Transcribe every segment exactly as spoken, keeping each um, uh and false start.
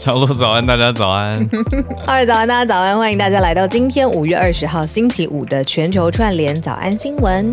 小鹿早安，大家早安。 二早安，大家早安，欢迎大家来到今天五月二十号星期五的全球串联早安新闻。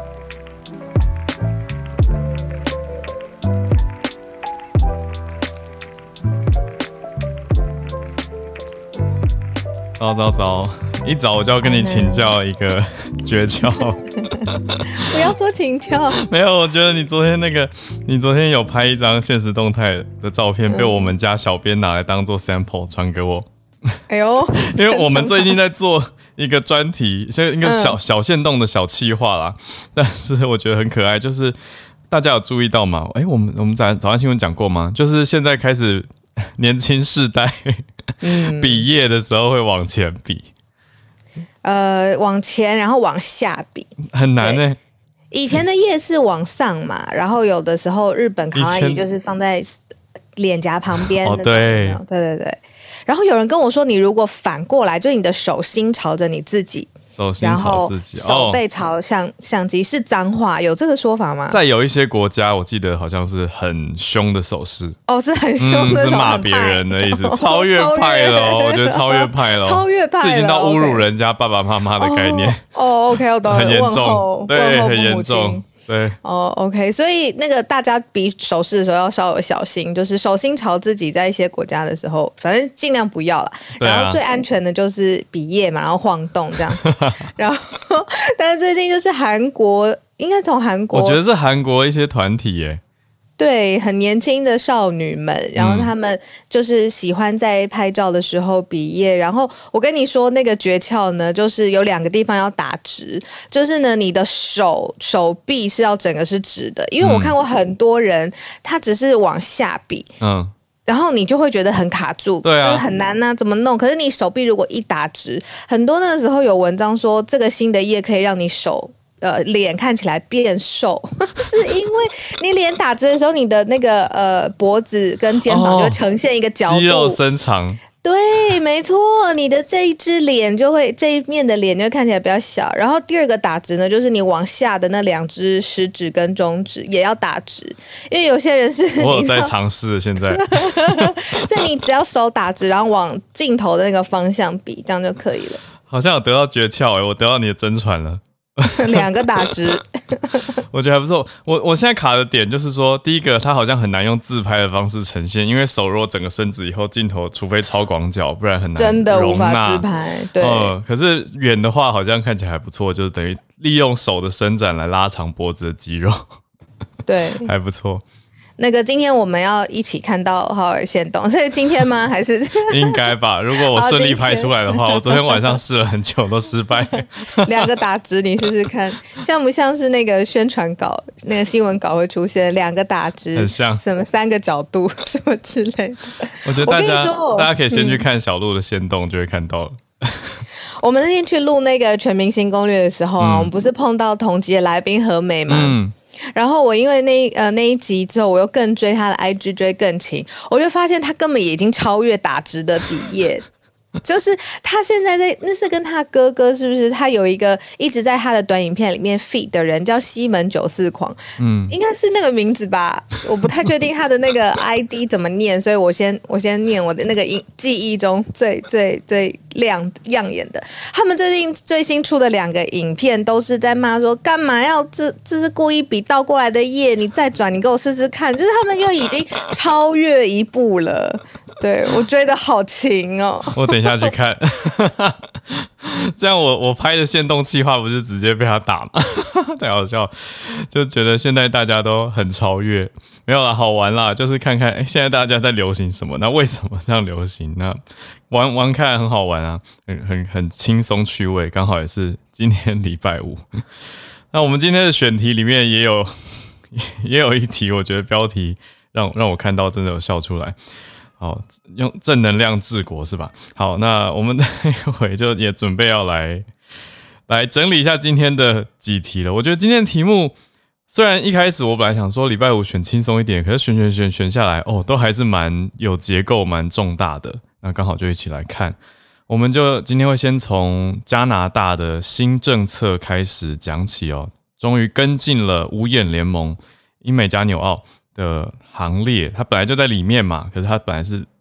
早早早，一早我就要跟你请教一个诀窍。 不要说请教， 没有，我觉得你昨天那个，你昨天有拍一张限时动态的照片，被我们家小编拿来当做 sample 传给我。 哎呦， 因为我们最近在做一个专题，所以一个小小限动的小企划啦，但是我觉得很可爱，就是大家有注意到吗？哎、欸，我们我们早早安新闻讲过吗？就是现在开始年轻世代。嗯，比耶的时候会往前比， 呃，往前然后往下比， 很难呢、欸。 以前的耶是往上嘛，然后有的时候日本卡哇伊就是放在脸颊旁边那种， 哦，对， 对对对。然后有人跟我说，你如果反过来，就你的手心朝着你自己。 手心朝自己， 然后手背朝相相机，是脏话，有这个说法吗？ 在有一些国家，我记得好像是很凶的手势。 哦，是很凶的手势， 嗯、是骂别人的意思，超越派了、哦，我觉得超越派了、哦， 超越派了， 这已经到侮辱人家爸爸妈妈的概念。 哦, 哦 ，OK， 我懂了， 很严重，对，很严重。对哦、oh, ，OK， 所以那个大家比手势的时候要稍微小心，就是手心朝自己，在一些国家的时候，反正尽量不要啦。然后最安全的就是比耶嘛，然后晃动这样。然后，但是最近就是韩国，应该从韩国， 我觉得是韩国一些团体耶。 对，很年轻的少女们，然后她们就是喜欢在拍照的时候比耶。然后我跟你说那个诀窍呢，就是有两个地方要打直，就是呢你的手手臂是要整个是直的，因为我看过很多人他只是往下比，嗯，然后你就会觉得很卡住， 对啊， 就是很难啊，怎么弄？可是你手臂如果一打直，很多那个时候有文章说这个新的耶可以让你手。呃，脸看起来变瘦，是因为你脸打直的时候，你的那个呃脖子跟肩膀就会呈现一个角度， 肌肉伸长。 对，没错，你的这一只脸就会这一面的脸就会看起来比较小。然后第二个打直呢，就是你往下的那两只食指跟中指也要打直，因为有些人是我有在尝试现在， 所以你只要手打直，然后往镜头的那个方向比，这样就可以了。 好像有得到诀窍哎，我得到你的真传了。 两个打直， 我觉得还不错。我我现在卡的点就是说，第一个它好像很难用自拍的方式呈现，因为手如果整个伸直以后，镜头除非超广角，不然很难真的无法自拍。对， 嗯，可是远的话好像看起来还不错，就是等于利用手的伸展来拉长脖子的肌肉， 对， 还不错。 那个今天我们要一起看到浩尔限动，是今天吗？还是应该吧？如果我顺利拍出来的话，我昨天晚上试了很久都失败。 两个打直，你试试看，像不像是那个宣传稿、那个新闻稿会出现两个打直， 很像什么三个角度什么之类的。 我觉得大家大家可以先去看小鹿的限动，就会看到了。 我们那天去录那个全明星攻略的时候啊，嗯、我们不是碰到同集的来宾何美吗？嗯。然后我因为那呃那一集之后，我又更追他的 I G 追更勤，我就发现他根本也已经超越打直的比耶。就是他现在在，那是跟他哥哥是不是？他有一个一直在他的短影片里面 feed 的人叫西门九四狂，嗯，应该是那个名字吧，我不太确定他的那个 I D 怎么念，所以我先我先念我的那个记忆中最最最亮耀眼的。他们最近最新出的两个影片都是在骂说，干嘛要这这是故意比倒过来的耶，你再转，你给我试试看，就是他们又已经超越一步了。对，我追得好勤哦， 我等一下去看，这样我我拍的限动企划不是直接被他打吗？太好笑，就觉得现在大家都很超越，没有啦，好玩啦，就是看看、欸、现在大家在流行什么，那为什么这样流行？那玩玩看很好玩啊，很很很轻松趣味，刚好也是今天礼拜五。那我们今天的选题里面也有也有一题，我觉得标题让让我看到真的有笑出来。好，用正能量治国是吧？好，那我们待会就也准备要来来整理一下今天的几题了。我觉得今天的题目虽然一开始我本来想说礼拜五选轻松一点，可是选选选选下来，哦，都还是蛮有结构、蛮重大的。那刚好就一起来看。我们就今天会先从加拿大的新政策开始讲起哦。终于跟进了五眼联盟、英美加纽澳的行列，它本来就在里面嘛，可是它本来是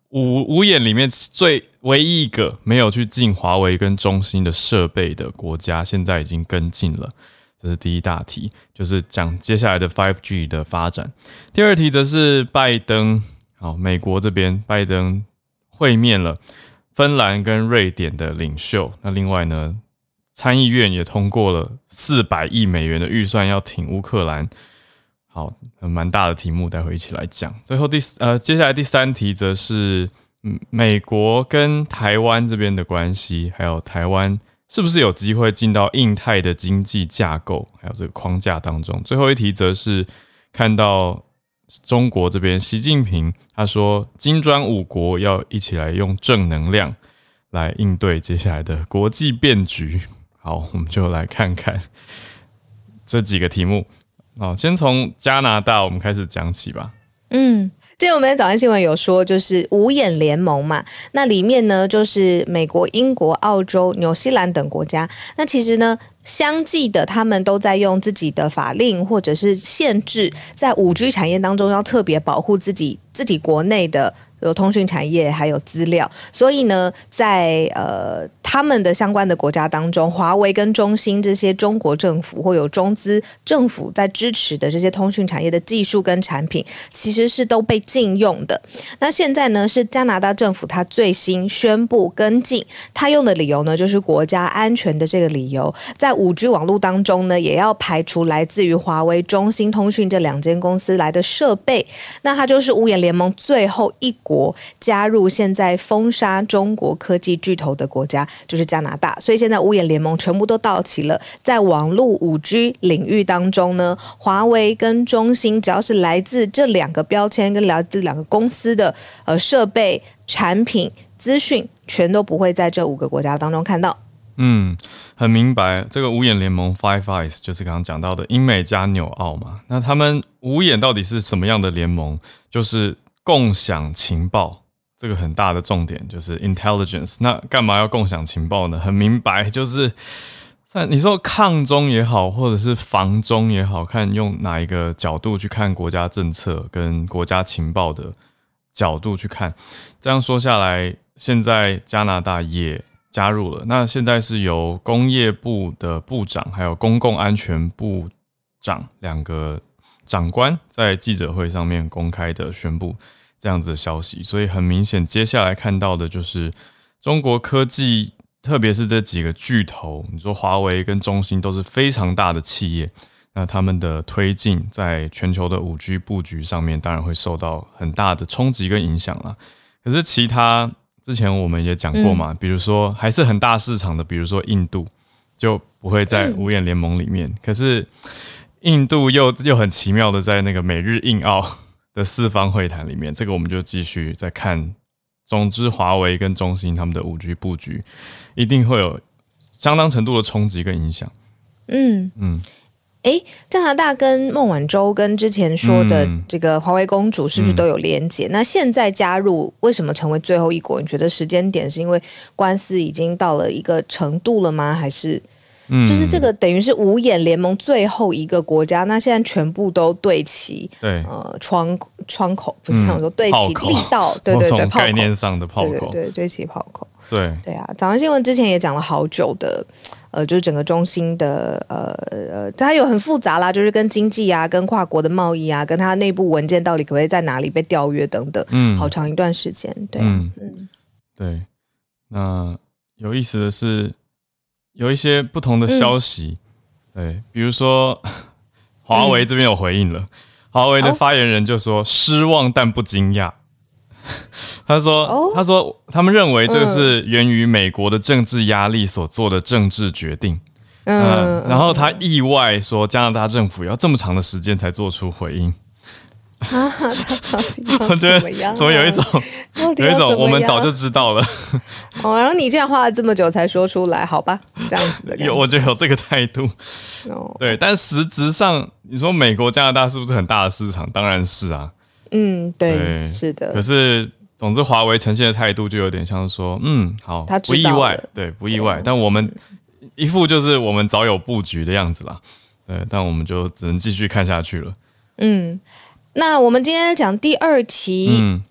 五五眼里面最唯一一个没有去进华为跟中兴的设备的国家，现在已经跟进了。这是第一大题，就是讲接下来的 五 G 的发展。第二题则是拜登，好，美国这边拜登会面了芬兰跟瑞典的领袖。那另外呢，参议院也通过了四百亿美元的预算要挺乌克兰。好，蛮大的题目，待会一起来讲。最后第呃，接下来第三题则是、嗯、美国跟台湾这边的关系，还有台湾是不是有机会进到印太的经济架构，还有这个框架当中。最后一题则是看到中国这边习近平他说，金砖五国要一起来用正能量来应对接下来的国际变局。好，我们就来看看这几个题目。好，先从加拿大我们开始讲起吧。 嗯，之前我们在早安新闻有说，就是五眼联盟嘛，那里面呢就是美国、英国、澳洲、纽西兰等国家。那其实呢，相继的他们都在用自己的法令或者是限制，在 五 G 产业当中要特别保护自己自己国内的有通讯产业还有资料。所以呢，在呃他们的相关的国家当中，华为跟中兴这些中国政府或有中资政府在支持的这些通讯产业的技术跟产品，其实是都被禁用的。那现在呢，是加拿大政府他最新宣布跟进，他用的理由呢，就是国家安全的这个理由，在 五 G 网络当中呢，也要排除来自于华为、中兴通讯这两间公司来的设备。那它就是五眼联盟最后一国加入现在封杀中国科技巨头的国家，就是加拿大。所以现在五眼联盟全部都到齐了，在网络 五 G 领域当中呢，华为跟中兴只要是来自这两个标签跟来自两个公司的呃设备、产品、资讯，全都不会在这五个国家当中看到。 嗯，很明白。这个五眼联盟 Five Eyes 就是刚刚讲到的英美加纽澳嘛。那他们五眼到底是什么样的联盟？就是共享情报，这个很大的重点就是 intelligence。那干嘛要共享情报呢？很明白，就是你说抗中也好，或者是防中也好，看用哪一个角度去看国家政策跟国家情报的角度去看。这样说下来，现在加拿大也加入了。那现在是由工业部的部长还有公共安全部长两个长官在记者会上面公开的宣布这样子的消息。所以很明显，接下来看到的就是中国科技，特别是这几个巨头，你说华为跟中兴都是非常大的企业，那他们的推进在全球的 五 G 布局上面当然会受到很大的冲击跟影响啦。可是其他之前我们也讲过嘛，嗯、比如说还是很大市场的，比如说印度就不会在五眼联盟里面。嗯、可是印度又又很奇妙的在那个美日印澳的四方会谈里面，这个我们就继续再看。总之，华为跟中兴他们的 五 G 布局一定会有相当程度的冲击跟影响。嗯嗯。 诶，加拿大跟孟晚舟跟之前说的这个华为公主是不是都有连结？嗯、那现在加入为什么成为最后一国？你觉得时间点是因为官司已经到了一个程度了吗？还是就是这个等于是五眼联盟最后一个国家？那现在全部都对齐， 对， 呃，窗窗口不是这样说，对齐力道，对对对， 概念上的炮口， 对对对，对齐炮口。 对对啊，早安新闻之前也讲了好久的，呃，就是整个中兴的，呃呃，它有很复杂啦，就是跟经济啊、跟跨国的贸易啊、跟它内部文件到底可不可以在哪里被调阅等等，嗯，好长一段时间，对啊，嗯，嗯对。那有意思的是，有一些不同的消息，嗯、对，比如说华为这边有回应了，华、嗯、为的发言人就说、哦、失望但不惊讶。他说：“ oh? 他说他们认为这个是源于美国的政治压力所做的政治决定。嗯、呃，然后他意外说加拿大政府要这么长的时间才做出回应。 啊， 我觉得怎么有一种有一种我们早就知道了。 哦，然后你这样花了这么久才说出来，好吧？这样子的感觉， 有我觉得有这个态度。哦、对，但实质上你说美国加拿大是不是很大的市场？当然是啊。” 嗯，对，对，是的。 可是，总之，华为呈现的态度就有点像说，嗯，好， 他不意外，对，不意外。但我们一副就是我们早有布局的样子啦，对，但我们就只能继续看下去了。 嗯，那我们今天讲第二题，嗯，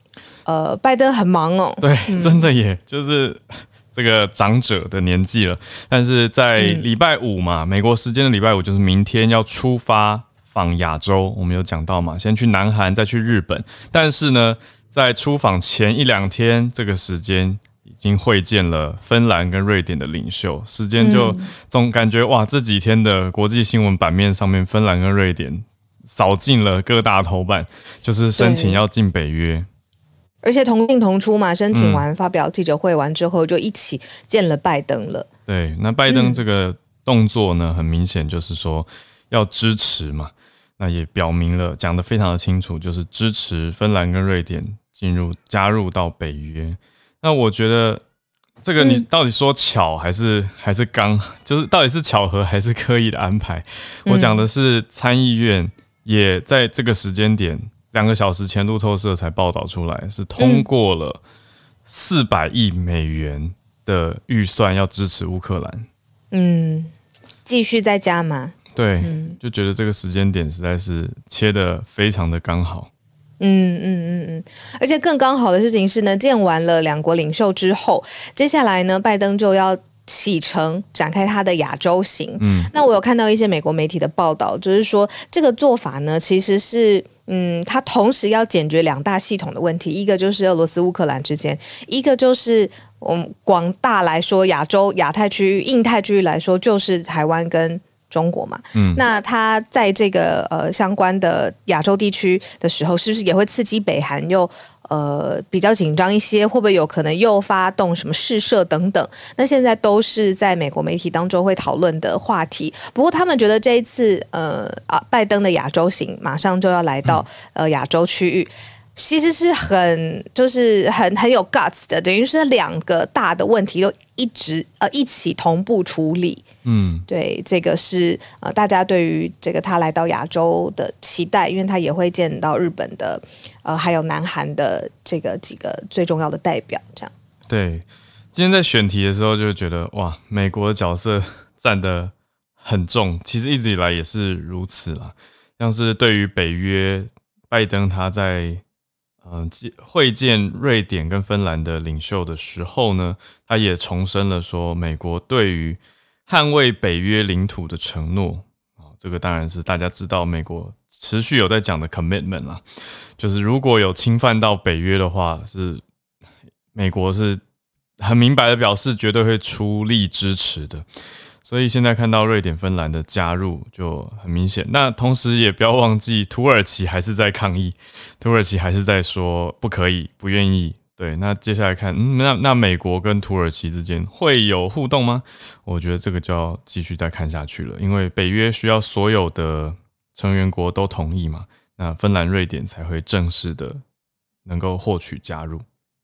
呃，拜登很忙哦。 对，嗯、真的耶，就是这个长者的年纪了。但是在礼拜五嘛，嗯、美国时间的礼拜五就是明天要出发访亚洲，我们有讲到嘛，先去南韩，再去日本。但是呢，在出访前一两天，这个时间已经会见了芬兰跟瑞典的领袖，时间就总感觉哇，这几天的国际新闻版面上面，芬兰跟瑞典扫进了各大头版，就是申请要进北约， 而且同进同出嘛，申请完、嗯、发表记者会完之后，就一起见了拜登了。 对，那拜登这个动作呢，嗯、很明显就是说要支持嘛，那也表明了，讲得非常的清楚，就是支持芬兰跟瑞典进入加入到北约。那我觉得这个你到底说巧还是、嗯、还是刚，就是到底是巧合还是刻意的安排？我讲的是参议院也在这个时间点，两个小时前路透社才报道出来，是通过了四百亿美元的预算要支持乌克兰。嗯， 继续再加码。 对、嗯，就觉得这个时间点实在是切得非常的刚好。 嗯嗯嗯嗯，而且更刚好的事情是呢，见完了两国领袖之后，接下来呢，拜登就要启程展开他的亚洲行。嗯，那我有看到一些美国媒体的报道，就是说这个做法呢，其实是嗯，他同时要解决两大系统的问题，一个就是俄罗斯乌克兰之间，一个就是我们广大来说亚洲亚太区域、印太区域来说，就是台湾跟中国嘛，嗯，那他在这个呃相关的亚洲地区的时候，是不是也会刺激北韩又呃比较紧张一些？会不会有可能又发动什么试射等等？那现在都是在美国媒体当中会讨论的话题。不过他们觉得这一次呃啊拜登的亚洲行马上就要来到呃亚洲区域。其实是很就是很很有 guts 的，等于是两个大的问题都一直呃一起同步处理。嗯，对，这个是呃大家对于这个他来到亚洲的期待，因为他也会见到日本的呃还有南韩的这个几个最重要的代表。这样， 对，今天在选题的时候就觉得哇，美国的角色占得很重，其实一直以来也是如此啦。像是对于北约，拜登他在嗯，会见瑞典跟芬兰的领袖的时候呢，他也重申了说，美国对于捍卫北约领土的承诺啊，这个当然是大家知道，美国持续有在讲的 commitment 啦，就是如果有侵犯到北约的话，是美国是很明白的表示绝对会出力支持的。所以现在看到瑞典、芬兰的加入就很明显。那同时也不要忘记，土耳其还是在抗议，土耳其还是在说不可以、不愿意。对，那接下来看，嗯、那那美国跟土耳其之间会有互动吗？我觉得这个就要继续再看下去了，因为北约需要所有的成员国都同意嘛，那芬兰、瑞典才会正式的能够获取加入。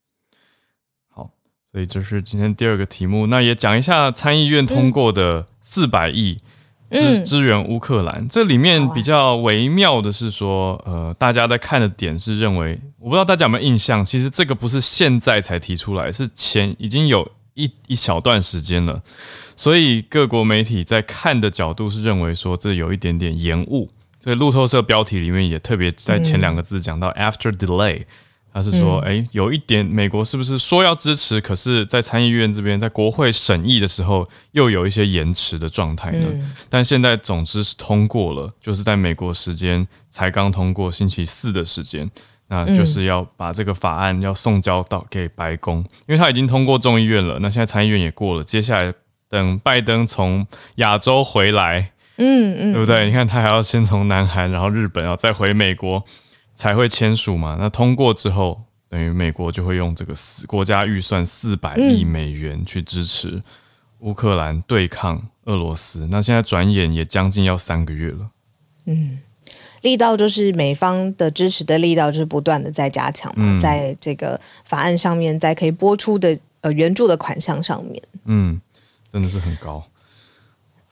所以这是今天第二个题目，那也讲一下参议院通过的四百亿支支援乌克兰。这里面比较微妙的是说，呃，大家在看的点是认为，我不知道大家有没有印象，其实这个不是现在才提出来，是前已经有一一小段时间了。所以各国媒体在看的角度是认为说，这有一点点延误。所以路透社标题里面也特别在前两个字讲到 after delay。他是说，哎、欸，有一点美国是不是说要支持，可是在参议院这边，在国会审议的时候，又有一些延迟的状态呢、嗯？但现在总之是通过了，就是在美国时间才刚通过，星期四的时间，那就是要把这个法案要送交到给白宫，因为他已经通过众议院了，那现在参议院也过了，接下来等拜登从亚洲回来，嗯嗯，对不对？你看他还要先从南韩，然后日本，然后再回美国。才会签署嘛？那通过之后，等于美国就会用这个国家预算四百亿美元去支持乌克兰对抗俄罗斯。那现在转眼也将近要三个月了。嗯， 力道就是美方的支持的力道就是不断的在加强嘛，嗯、在这个法案上面，在可以拨出的呃援助的款项上面， 嗯，真的是很高。好，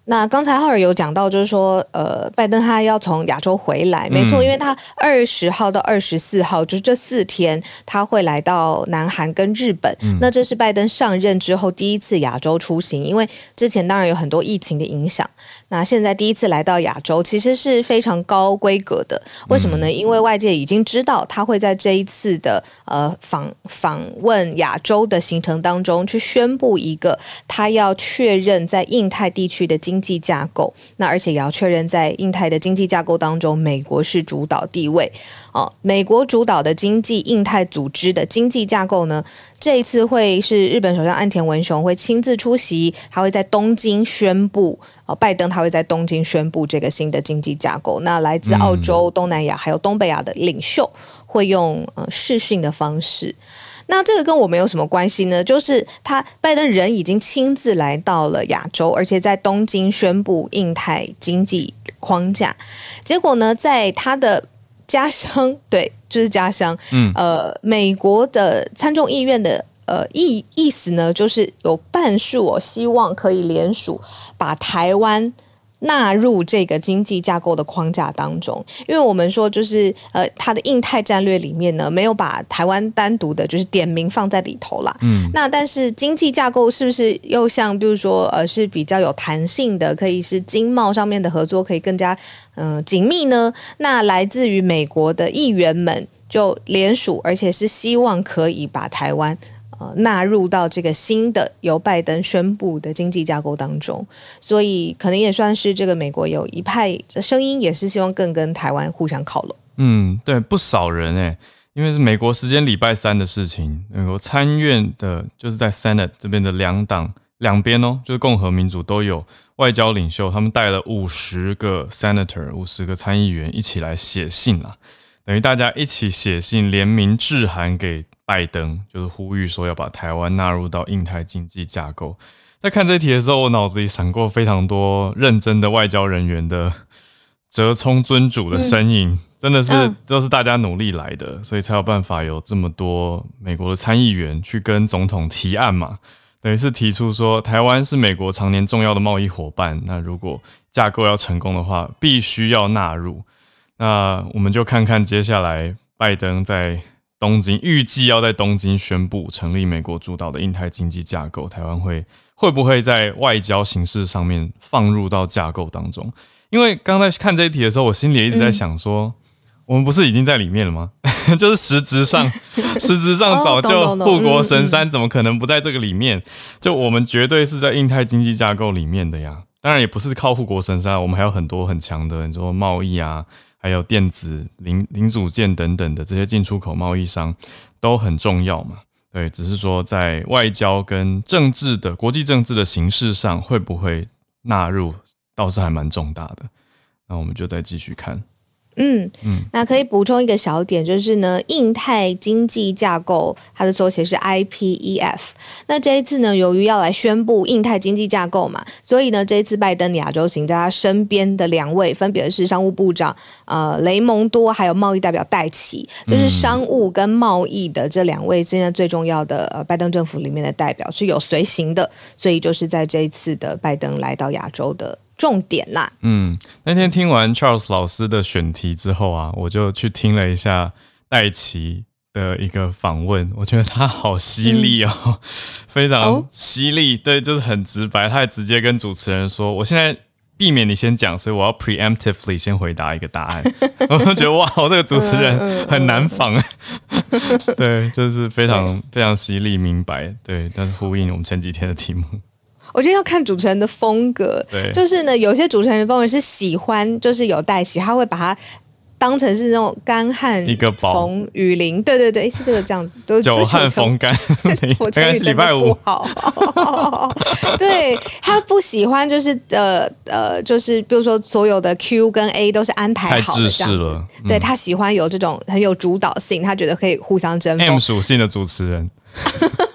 那刚才浩尔有讲到，就是说，呃，拜登他要从亚洲回来，没错，因为他二十号到二十四号，就是这四天，他会来到南韩跟日本。嗯、那这是拜登上任之后第一次亚洲出行，因为之前当然有很多疫情的影响，那现在第一次来到亚洲，其实是非常高规格的。为什么呢？因为外界已经知道他会在这一次的呃访访问亚洲的行程当中，去宣布一个他要确认在印太地区的经济架构，那而且也要确认在印太的经济架构当中，美国是主导地位。哦，美国主导的经济印太组织的经济架构呢，这一次会是日本首相岸田文雄会亲自出席，他会在东京宣布。哦，拜登他会在东京宣布这个新的经济架构。那来自澳洲、东南亚还有东北亚的领袖会用呃视讯的方式。那这个跟我们有什么关系呢？就是他拜登人已经亲自来到了亚洲，而且在东京宣布印太经济框架。结果呢，在他的家乡，对，就是家乡，嗯，呃，美国的参众议院的。呃，意意思呢，就是有半数我、哦、希望可以联署把台湾纳入这个经济架构的框架当中，因为我们说就是呃，它的印太战略里面呢，没有把台湾单独的就是点名放在里头啦。嗯，那但是经济架构是不是又像比如说呃是比较有弹性的，可以是经贸上面的合作可以更加嗯、呃、紧密呢？那来自于美国的议员们就联署，而且是希望可以把台湾。纳入到这个新的由拜登宣布的经济架构当中，所以可能也算是这个美国有一派的声音，也是希望更跟台湾互相靠拢。 嗯，对，不少人哎，因为是美国时间礼拜三的事情，美国参院的就是在 Senate 这边的两党两边哦，就是共和民主都有外交领袖，他们带了五十个 Senator 五十个参议员一起来写信啦，等于大家一起写信联名致函给拜登，就是呼吁说要把台湾纳入到印太经济架构。在看这题的时候，我脑子里闪过非常多认真的外交人员的折冲尊主的身影，嗯、真的是、嗯、都是大家努力来的，所以才有办法有这么多美国的参议员去跟总统提案嘛，等于是提出说台湾是美国常年重要的贸易伙伴，那如果架构要成功的话，必须要纳入。那我们就看看接下来拜登在东京预计要在东京宣布成立美国主导的印太经济架构，台湾会会不会在外交形式上面放入到架构当中？因为刚才看这一题的时候，我心里也一直在想说，嗯、我们不是已经在里面了吗？就是实质上，实质上早就护国神山，怎么可能不在这个里面？就我们绝对是在印太经济架构里面的呀。当然也不是靠护国神山，我们还有很多很强的，你说贸易啊。还有电子、零零组件等等的这些进出口贸易商都很重要嘛？对，只是说在外交跟政治的国际政治的形式上会不会纳入，倒是还蛮重大的。那我们就再继续看。 嗯嗯，那可以补充一个小点，就是呢，印太经济架构它的缩写是 I P E F。那这一次呢，由于要来宣布印太经济架构嘛，所以呢，这一次拜登亚洲行在他身边的两位，分别是商务部长呃雷蒙多，还有贸易代表戴奇，就是商务跟贸易的这两位现在最重要的呃拜登政府里面的代表是有随行的，所以就是在这一次的拜登来到亚洲的。重点啦， 嗯，那天听完 Charles 老师的选题之后啊，我就去听了一下戴奇的一个访问，我觉得他好犀利哦，嗯、非常犀利，对，就是很直白，他还直接跟主持人说：“我现在避免你先讲，所以我要 preemptively 先回答一个答案。”我就觉得哇，这个主持人很难仿，对，就是非常非常犀利明白，对，但是呼应我们前几天的题目。 我觉得要看主持人的风格，就是呢，有些主持人的风格是喜欢，就是有带起，他会把它当成是那种干旱一个逢雨淋，对对对，是这个这样子，都久旱逢甘， 我成语真的不好，对他不喜欢就是呃呃，就是比如说所有的 Q 跟 A 都是安排好的这样子，了嗯、对他喜欢有这种很有主导性，他觉得可以互相争锋 M 属性的主持人。我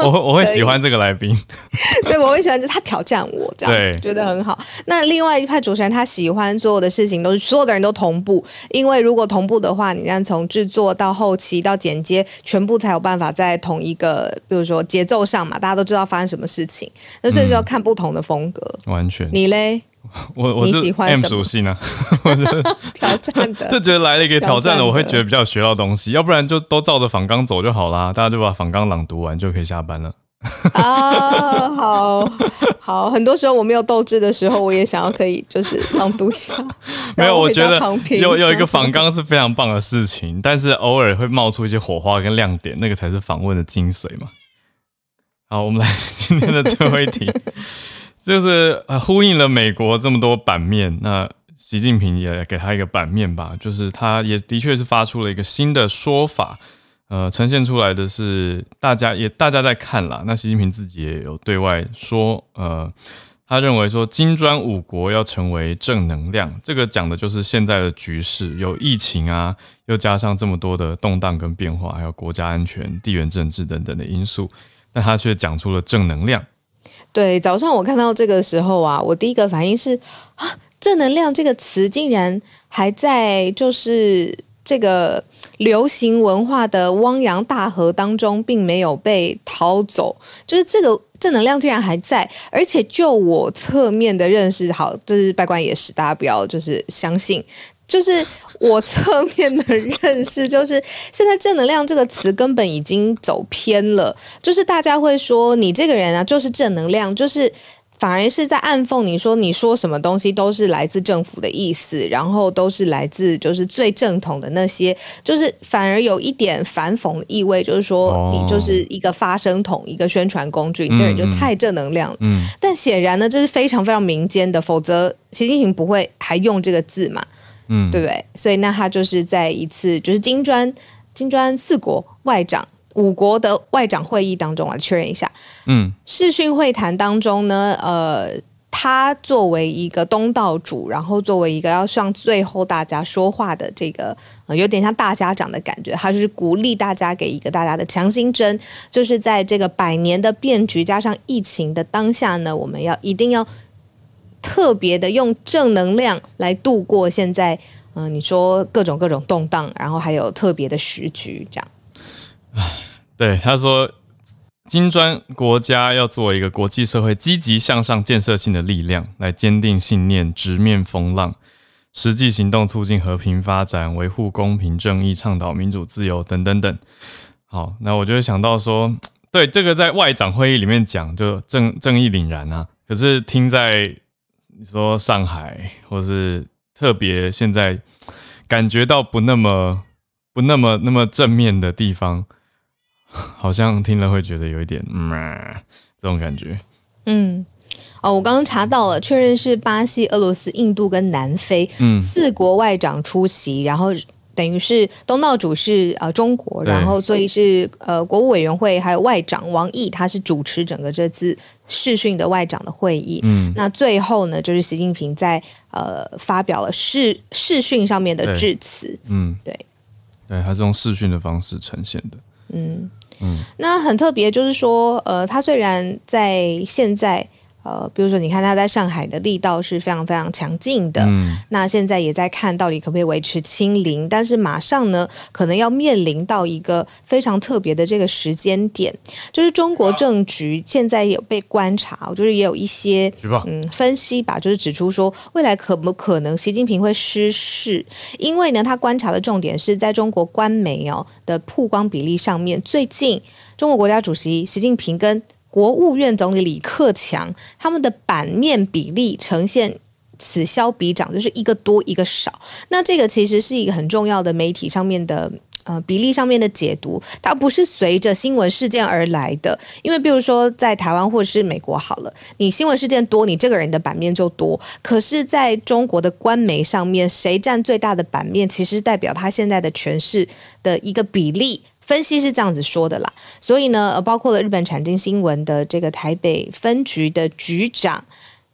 我我会喜欢这个来宾。 对，我会喜欢他挑战我这样子，觉得很好。那另外一派主持人他喜欢所有的事情都是所有的人都同步，因为如果同步的话，你看从制作到后期到剪接，全部才有办法在同一个比如说节奏上嘛，大家都知道发生什么事情，那所以就要看不同的风格。 嗯、完全。 你嘞？ 我我是 M 属性啊，我觉得挑战的， 就觉得来了一个挑战的，我会觉得比较学到东西，要不然就都照着访纲走就好啦，大家就把访纲朗读完就可以下班了。 啊，好好，很多时候我没有斗志的时候，我也想要可以就是朗读一下。 没有，我觉得有有一个访纲是非常棒的事情，但是偶尔会冒出一些火花跟亮点，那个才是访问的精髓嘛。好，我们来今天的最后一题。就是呃呼应了美国这么多版面，那习近平也给他一个版面吧，就是他也的确是发出了一个新的说法，呃，呈现出来的是大家也大家在看啦。那习近平自己也有对外说，呃，他认为说金砖五国要成为正能量，这个讲的就是现在的局势，有疫情啊，又加上这么多的动荡跟变化，还有国家安全、地缘政治等等的因素，但他却讲出了正能量。 对，早上我看到这个时候啊，我第一个反应是啊，正能量这个词竟然还在就是这个流行文化的汪洋大河当中，并没有被掏走，就是这个正能量竟然还在，而且就我侧面的认识，好，这是拜官野史，大家不要就是相信。就是我侧面的认识，就是现在正能量这个词根本已经走偏了，就是大家会说你这个人啊就是正能量，就是反而是在暗讽你说你说什么东西都是来自政府的意思，然后都是来自就是最正统的那些，就是反而有一点反讽的意味，就是说你就是一个发声筒，一个宣传工具，你这人就太正能量了。嗯，但显然呢这是非常非常民间的，否则习近平不会还用这个字嘛。嗯，对不对？所以那他就是在一次就是金砖金砖四国外长五国的外长会议当中啊，确认一下，嗯，视讯会谈当中呢，呃，他作为一个东道主，然后作为一个要向最后大家说话的这个，呃、有点像大家长的感觉，他就是鼓励大家给一个大家的强心针，就是在这个百年的变局加上疫情的当下呢，我们要一定要。特别的用正能量来度过现在，嗯、呃，你说各种各种动荡，然后还有特别的时局，这样。 对，他说，金砖国家要做一个国际社会积极向上、建设性的力量，来坚定信念，直面风浪，实际行动促进和平发展，维护公平正义，倡导民主自由等等等。好，那我就会想到说，对这个在外长会议里面讲，就正正义凛然啊，可是听在你说上海，或是特别现在感觉到不那么不那么那么正面的地方，好像听了会觉得有一点嗯、啊、这种感觉。嗯， 哦，我刚刚查到了，确认是巴西、俄罗斯、印度跟南非、嗯、四国外长出席，然后。等于是东道主是呃中国，然后所以是呃国务委员会还有外长王毅，他是主持整个这次视讯的外长的会议。嗯，那最后呢，就是习近平在呃发表了视视讯上面的致辞。嗯，对， 对，他是用视讯的方式呈现的。嗯嗯，那很特别，就是说呃，他虽然在现在。呃，比如说，你看他在上海的力道是非常非常强劲的，嗯，那现在也在看到底可不可以维持清零，但是马上呢，可能要面临到一个非常特别的这个时间点，就是中国政局现在也有被观察，就是也有一些嗯分析吧，就是指出说未来可不可能习近平会失势，因为呢，他观察的重点是在中国官媒哦的曝光比例上面，最近中国国家主席习近平跟国务院总理李克强他们的版面比例呈现此消彼长，就是一个多一个少。那这个其实是一个很重要的媒体上面的呃比例上面的解读，它不是随着新闻事件而来的。因为比如说在台湾或者是美国好了，你新闻事件多，你这个人的版面就多。可是在中国的官媒上面，谁占最大的版面，其实代表他现在的权势的一个比例。分析是这样子说的啦，所以呢，包括了日本产经新闻的这个台北分局的局长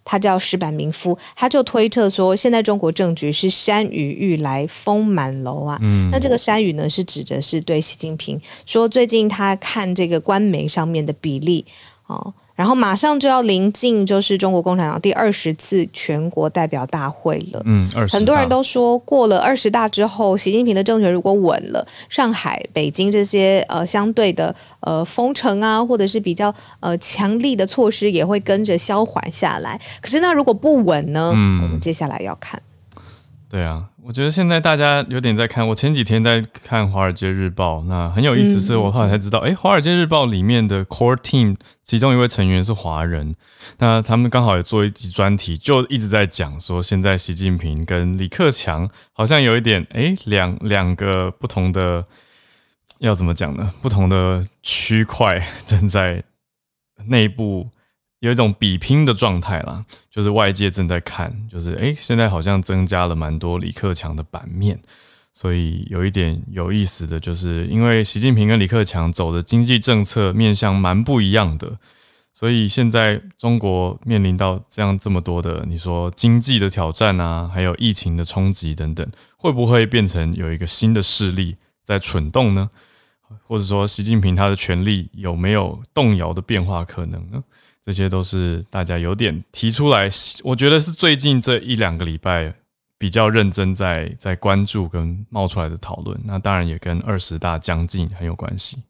他叫石坂民夫，他就推特说，现在中国政局是山雨欲来风满楼啊。嗯，那这个山雨呢，是指的是对习近平说，最近他看这个官媒上面的比例哦。然后马上就要临近，就是中国共产党第二十次全国代表大会了。 嗯，二十大。 很多人都说，过了二十大之后，习近平的政权如果稳了，上海、北京这些呃相对的呃封城啊，或者是比较呃强力的措施，也会跟着消缓下来。可是那如果不稳呢？嗯，我们接下来要看。 对啊，我觉得现在大家有点在看，我前几天在看《华尔街日报》，那很有意思，是我后来才知道，哎、嗯，《华尔街日报》里面的 Core Team 其中一位成员是华人，那他们刚好也做一集专题，就一直在讲说，现在习近平跟李克强好像有一点，哎，两两个不同的，要怎么讲呢？不同的区块正在内部有一种比拼的状态啦，就是外界正在看，就是诶，现在好像增加了蛮多李克强的版面，所以有一点有意思的就是，因为习近平跟李克强走的经济政策面向蛮不一样的，所以现在中国面临到这样这么多的，你说经济的挑战啊，还有疫情的冲击等等，会不会变成有一个新的势力在蠢动呢？或者说，习近平他的权力有没有动摇的变化可能呢？这些都是大家有点提出来，我觉得是最近这一两个礼拜比较认真在在关注跟冒出来的讨论。那当然也跟二十大将近很有关系。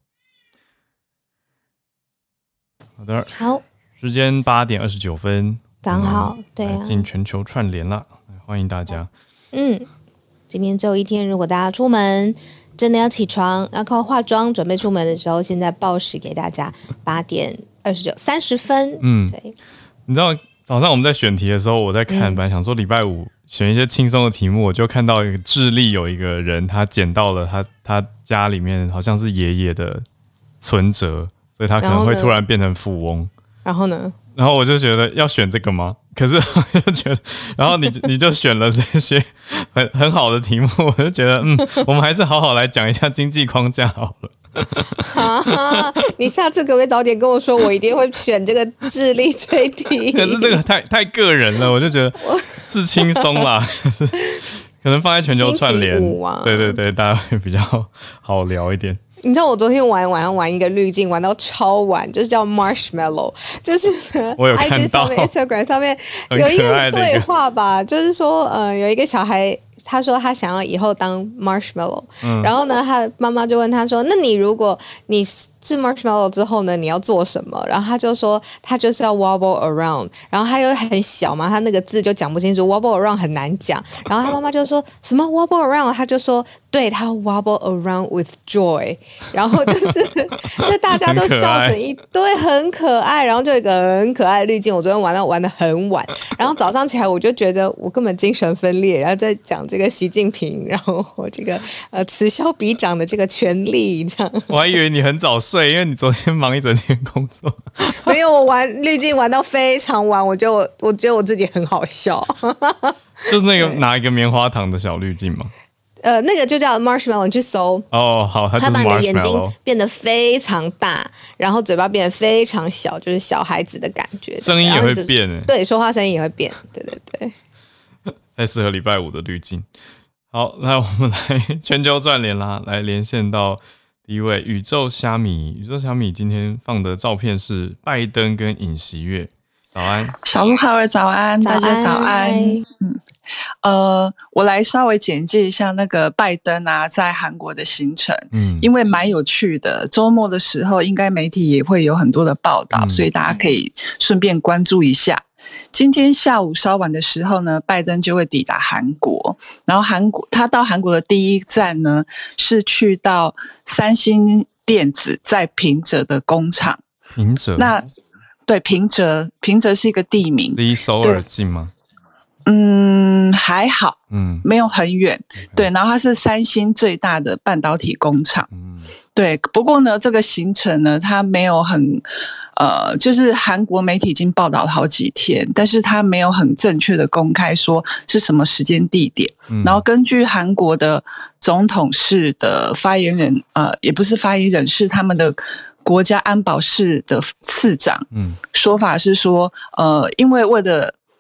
好的， 好， 时间八点二十九分， 刚好，对啊， 进全球串联了，欢迎大家。 嗯，今天最后一天，如果大家出门真的要起床，要靠化妆准备出门的时候，现在报时给大家八点二十九三十分。嗯，对。 你知道早上我们在选题的时候，我在看，本来想说礼拜五选一些轻松的题目，我就看到一个智利有一个人，他捡到了他他家里面好像是爷爷的存折，所以他可能会突然变成富翁。 然后呢？ 然后我就觉得要选这个吗？可是我就觉得，然后你你就选了这些很很好的题目，我就觉得，嗯，我们还是好好来讲一下经济框架好了。 啊！你下次可不可以早点跟我说，我一定会选这个智力这一题。 可是这个太太个人了，我就觉得是轻松啦，可, 可能放在全球串联，啊、对对对，大家会比较好聊一点。 你知道我昨天晚晚上玩一个滤镜，玩到超晚，就是叫 Marshmallow， 就是我有看到 I G 上面 Instagram 上面有一个对话吧，就是说呃有一个小孩。他说他想要以后当 marshmallow，嗯、然后呢，他妈妈就问他说：“那你如果你是 marshmallow 之后呢，你要做什么？”然后他就说他就是要 wobble around， 然后他又很小嘛，他那个字就讲不清楚 ，wobble around 很难讲。然后他妈妈就说什么 wobble around， 他就说对他 wobble around with joy， 然后就是就大家都笑成一堆，很可爱。然后就有一个很可爱的滤镜，我昨天玩到玩得很晚，然后早上起来我就觉得我根本精神分裂，然后在讲。这个习近平，然后我这个呃此消彼长的这个权力，这样。 我还以为你很早睡，因为你昨天忙一整天工作。 没有，我玩滤镜玩到非常晚，我觉得我我觉得我自己很好笑。 就是那个拿一个棉花糖的小滤镜吗？ 呃，那个就叫 Marshmallow， 你去搜。 哦，好，它就是 Marshmallow。它把你的眼睛变得非常大，然后嘴巴变得非常小，就是小孩子的感觉。 声音也会变诶、欸。 对，说话声音也会变。对对对。 太适合礼拜五的滤镜。好，来我们来全球串联啦，来连线到第一位宇宙虾米。宇宙虾米今天放的照片是拜登跟尹锡悦。早安， 小鹿好，早安，大家早安。嗯，呃，我来稍微简介一下那个拜登啊，在韩国的行程。嗯，因为蛮有趣的，周末的时候应该媒体也会有很多的报道，嗯、所以大家可以顺便关注一下。今天下午稍晚的时候呢，拜登就会抵达韩国，然后韩国他到韩国的第一站呢是去到三星电子在平泽的工厂。 平泽？ 那对，平泽，平泽是一个地名， 离首尔近吗？ 嗯，还好，嗯，没有很远。Okay. 对，然后它是三星最大的半导体工厂。嗯，对。不过呢，这个行程呢，它没有很，呃，就是韩国媒体已经报道了好几天，但是它没有很正确的公开说是什么时间地点。嗯，然后根据韩国的总统室的发言人，呃，也不是发言人，是他们的国家安保室的次长，嗯，说法是说，呃，因为为了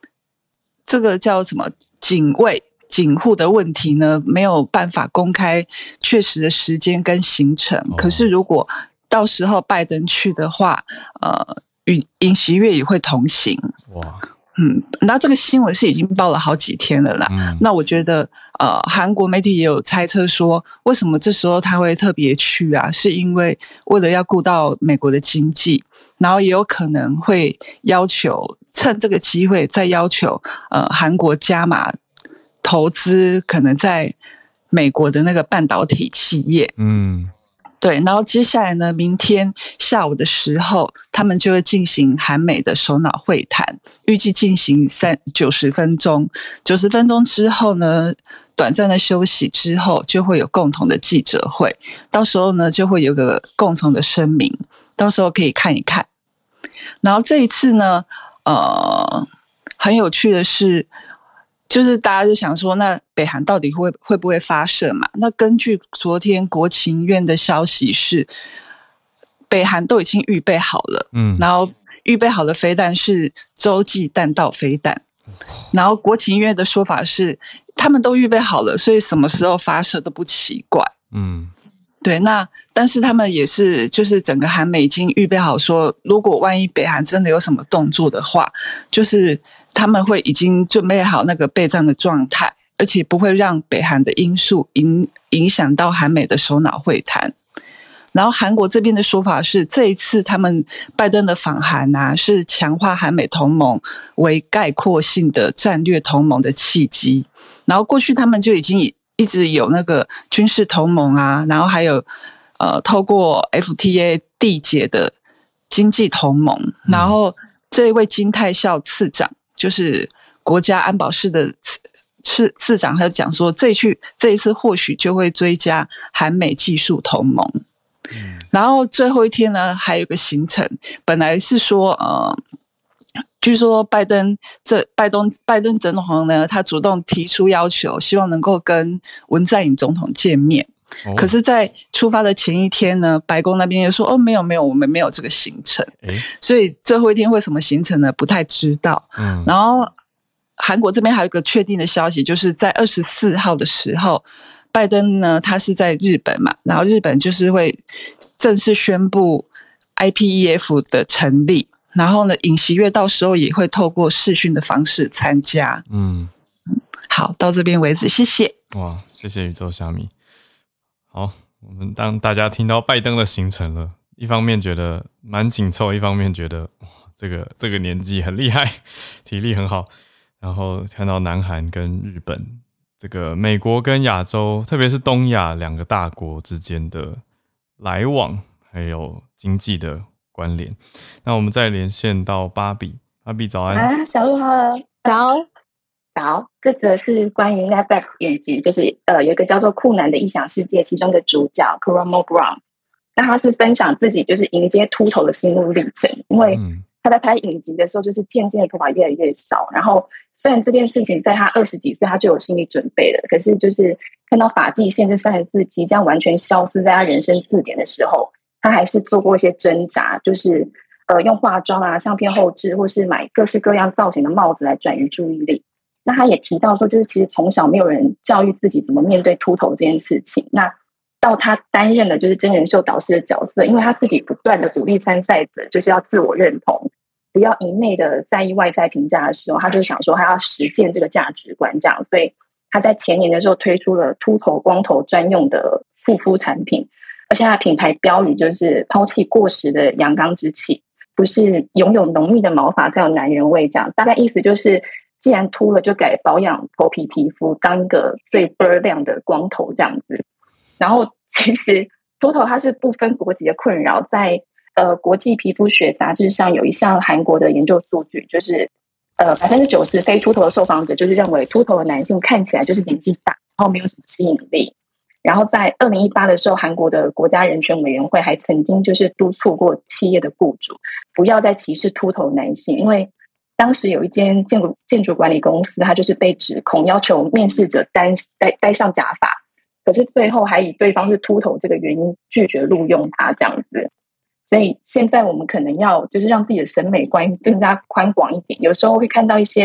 这个叫什么警卫警护的问题呢，没有办法公开确实的时间跟行程。哦、可是如果到时候拜登去的话，呃，与尹锡悦也会同行。哇，嗯，那这个新闻是已经报了好几天了啦。嗯、那我觉得，呃，韩国媒体也有猜测说，为什么这时候他会特别去啊？是因为为了要顾到美国的经济，然后也有可能会要求趁这个机会再要求呃韩国加码投资，可能在美国的那个半导体企业。嗯。对，然后接下来呢，明天下午的时候，他们就会进行韩美的首脑会谈，预计进行三九十分钟。九十分钟之后呢，短暂的休息之后，就会有共同的记者会。到时候呢，就会有个共同的声明，到时候可以看一看。然后这一次呢，呃，很有趣的是。就是大家就想说，那北韩到底会会不会发射嘛？那根据昨天国情院的消息是，北韩都已经预备好了，嗯，然后预备好的飞弹是洲际弹道飞弹，然后国情院的说法是，他们都预备好了，所以什么时候发射都不奇怪，嗯。对，那但是他们也是，就是整个韩美已经预备好说，如果万一北韩真的有什么动作的话，就是他们会已经准备好那个备战的状态，而且不会让北韩的因素影影响到韩美的首脑会谈。然后韩国这边的说法是，这一次他们拜登的访韩啊，是强化韩美同盟为概括性的战略同盟的契机。然后过去他们就已经以一直有那个军事同盟啊，然后还有呃透过 F T A 缔结的经济同盟。然后这一位金泰孝次长，就是国家安保室的次次长，他就讲说，这一去这一次或许就会追加韩美技术同盟。嗯、然后最后一天呢，还有一个行程，本来是说呃。据说拜登这拜登拜登总统呢，他主动提出要求，希望能够跟文在寅总统见面。哦、可是，在出发的前一天呢，白宫那边又说：“哦，没有没有，我们没有这个行程。”所以最后一天会什么行程呢？不太知道。嗯、然后韩国这边还有一个确定的消息，就是在二十四号的时候，拜登呢他是在日本嘛，然后日本就是会正式宣布 I P E F 的成立。然后呢，尹锡悦到时候也会透过视讯的方式参加。嗯，好，到这边为止，谢谢。 哇，谢谢宇宙虾米。好，我们当大家听到拜登的行程了，一方面觉得蛮紧凑，一方面觉得哇，这个这个年纪很厉害，体力很好。然后看到南韩跟日本，这个美国跟亚洲，特别是东亚两个大国之间的来往，还有经济的关联。那我们再连线到芭比，芭比早安。 啊，小鹿好， 早早。这则是关于 Netflix 影集，就是呃有一个叫做《酷男的异想世界》，其中的主角 Karamo Brown， 那他是分享自己就是迎接秃头的心路历程，因为他在拍影集的时候，就是渐渐的头发越来越少。然后虽然这件事情在他二十几岁他就有心理准备了，可是就是看到发际线这三个字即将完全消失在他人生字典的时候，他还是做过一些挣扎，就是呃用化妆啊、相片后置，或是买各式各样造型的帽子来转移注意力。那他也提到说，就是其实从小没有人教育自己怎么面对秃头这件事情。那到他担任了就是真人秀导师的角色，因为他自己不断的鼓励参赛者就是要自我认同，不要一昧的在意外在评价的时候，他就想说他要实践这个价值观，这样。所以他在前年的时候推出了秃头光头专用的护肤产品。而且它的品牌标语就是抛弃过时的阳刚之气，不是拥有浓密的毛发才有男人味，这样大概意思就是既然秃了就改保养头皮皮肤，当一个最倍儿亮的光头这样子。然后其实秃头它是不分国籍的困扰，在呃国际皮肤学杂志上有一项韩国的研究数据，就是呃百分之九十非秃头的受访者就是认为秃头的男性看起来就是年纪大，然后没有什么吸引力。然后在二零一八的时候，韩国的国家人权委员会还曾经就是督促过企业的雇主不要再歧视秃头男性，因为当时有一间建筑建筑管理公司，他就是被指控要求面试者戴戴戴上假发，可是最后还以对方是秃头这个原因拒绝录用他这样子。所以现在我们可能要就是让自己的审美观更加宽广一点，有时候会看到一些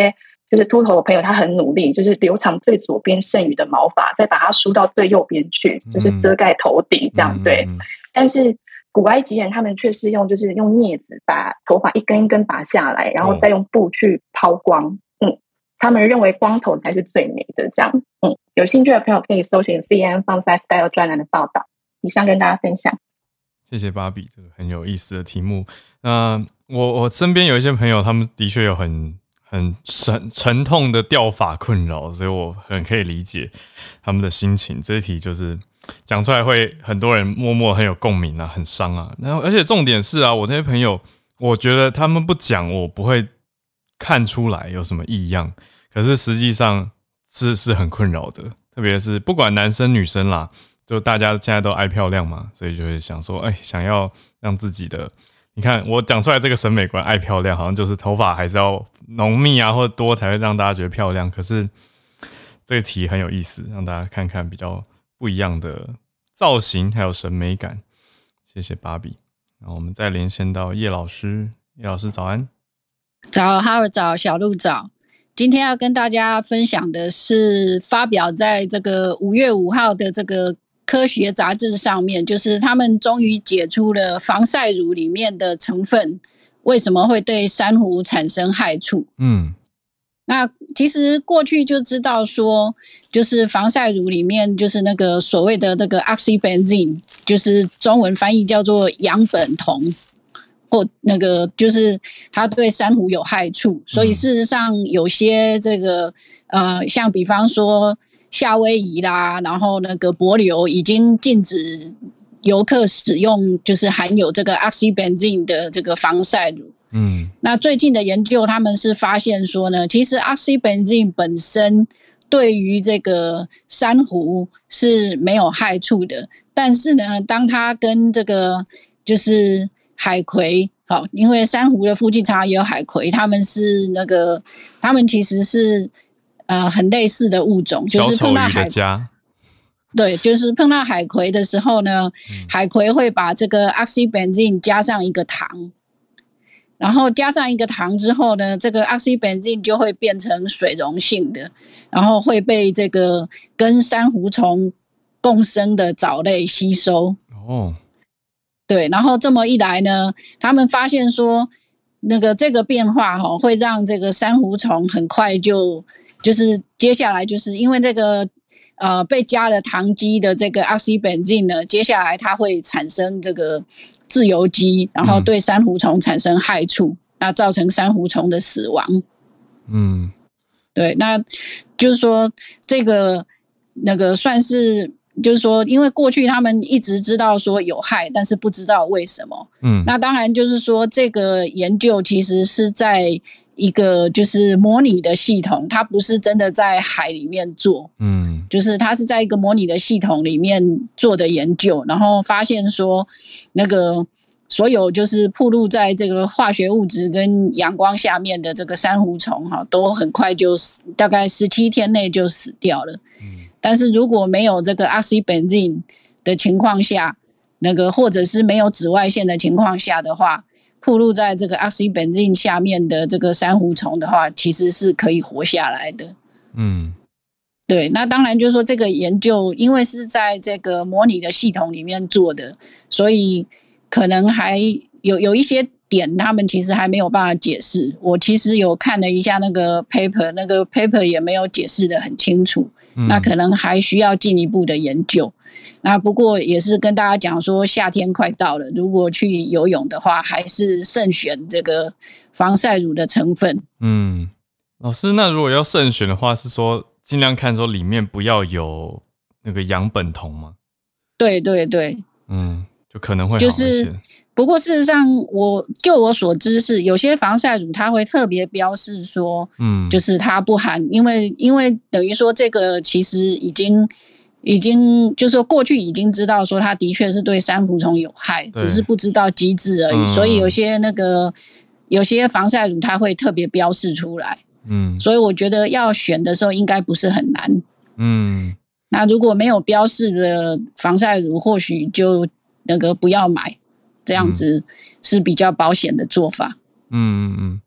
就是秃头的朋友他很努力，就是留长最左边剩余的毛发，再把它梳到最右边去，就是遮盖头顶这样、嗯、对。但是古埃及人他们却是用就是用镊子把头发一根一根拔下来，然后再用布去抛光。嗯，他们认为光头才是最美的这样。嗯，有兴趣的朋友可以搜寻 C N N 放在 Style 专栏的报道。以上跟大家分享。 谢谢芭比，这个很有意思的题目。那、呃、我我身边有一些朋友，他们的确有很很沉沉痛的掉发困扰，所以我很可以理解他们的心情。这一题就是讲出来会很多人默默很有共鸣啊，很伤啊。然后而且重点是啊，我那些朋友，我觉得他们不讲，我不会看出来有什么异样，可是实际上是是很困扰的，特别是不管男生女生啦，就大家现在都爱漂亮嘛，所以就会想说，哎，想要让自己的，你看我讲出来这个审美观，爱漂亮，好像就是头发还是要浓密啊或者多才会让大家觉得漂亮。可是这个题很有意思，让大家看看比较不一样的造型还有审美感。谢谢芭比。然后我们再连线到叶老师，叶老师早安。 早，哈尔早，小鹿早。今天要跟大家分享的是发表在这个五月五号的这个科学杂志上面，就是他们终于解出了防晒乳里面的成分为什么会对珊瑚产生害处。嗯，那其实过去就知道说，就是防晒乳里面就是那个所谓的那个 oxybenzene， 就是中文翻译叫做氧苯酮，或那个就是它对珊瑚有害处，所以事实上有些这个呃，像比方说夏威夷啦，然后那个帛琉已经禁止游客使用就是含有这个 oxybenzene 的这个防晒乳。嗯，那最近的研究他们是发现说呢，其实 oxybenzene 本身对于这个珊瑚是没有害处的，但是呢，当它跟这个就是海葵，好，因为珊瑚的附近常常也有海葵，他们是那个，他们其实是呃很类似的物种，就是碰到海，对，就是碰到海葵的时候呢，嗯、海葵会把这个 oxybenzene 加上一个糖，然后加上一个糖之后呢，这个 oxybenzene 就会变成水溶性的，然后会被这个跟珊瑚虫共生的藻类吸收。哦。对，然后这么一来呢，他们发现说，那个这个变化哈、哦，会让这个珊瑚虫很快就就是接下来就是因为这个呃被加了糖基的这个 oxybenzene 呢，接下来它会产生这个自由基，然后对珊瑚虫产生害处，嗯、那造成珊瑚虫的死亡。嗯，对，那就是说这个那个算是。就是说，因为过去他们一直知道说有害，但是不知道为什么。嗯，那当然就是说，这个研究其实是在一个就是模拟的系统，它不是真的在海里面做。嗯，就是它是在一个模拟的系统里面做的研究，然后发现说，那个所有就是暴露在这个化学物质跟阳光下面的这个珊瑚虫哈，都很快就死，大概十七天内就死掉了。嗯。但是如果没有这个 oxybenzene 的情况下，那个或者是没有紫外线的情况下的话，暴露在这个 oxybenzene 下面的这个珊瑚虫的话，其实是可以活下来的。嗯，对。那当然就是说这个研究因为是在这个模拟的系统里面做的，所以可能还有有一些点他们其实还没有办法解释。我其实有看了一下那个 paper， 那个 paper 也没有解释得很清楚。那可能还需要进一步的研究。那不过也是跟大家讲说，夏天快到了，如果去游泳的话，还是慎选这个防晒乳的成分。嗯， 老师，那如果要慎选的话，是说尽量看说里面不要有那个氧苯酮吗？ 对对对， 嗯，就可能会好一些。就是不过事实上我就我所知是有些防晒乳它会特别标示说嗯，就是它不含，因为因为等于说这个其实已经已经就是说过去已经知道说它的确是对珊瑚虫有害，只是不知道机制而已、嗯、所以有些那个有些防晒乳它会特别标示出来。嗯，所以我觉得要选的时候应该不是很难。嗯，那如果没有标示的防晒乳或许就那个不要买，这样子是比较保险的做法。 嗯嗯嗯，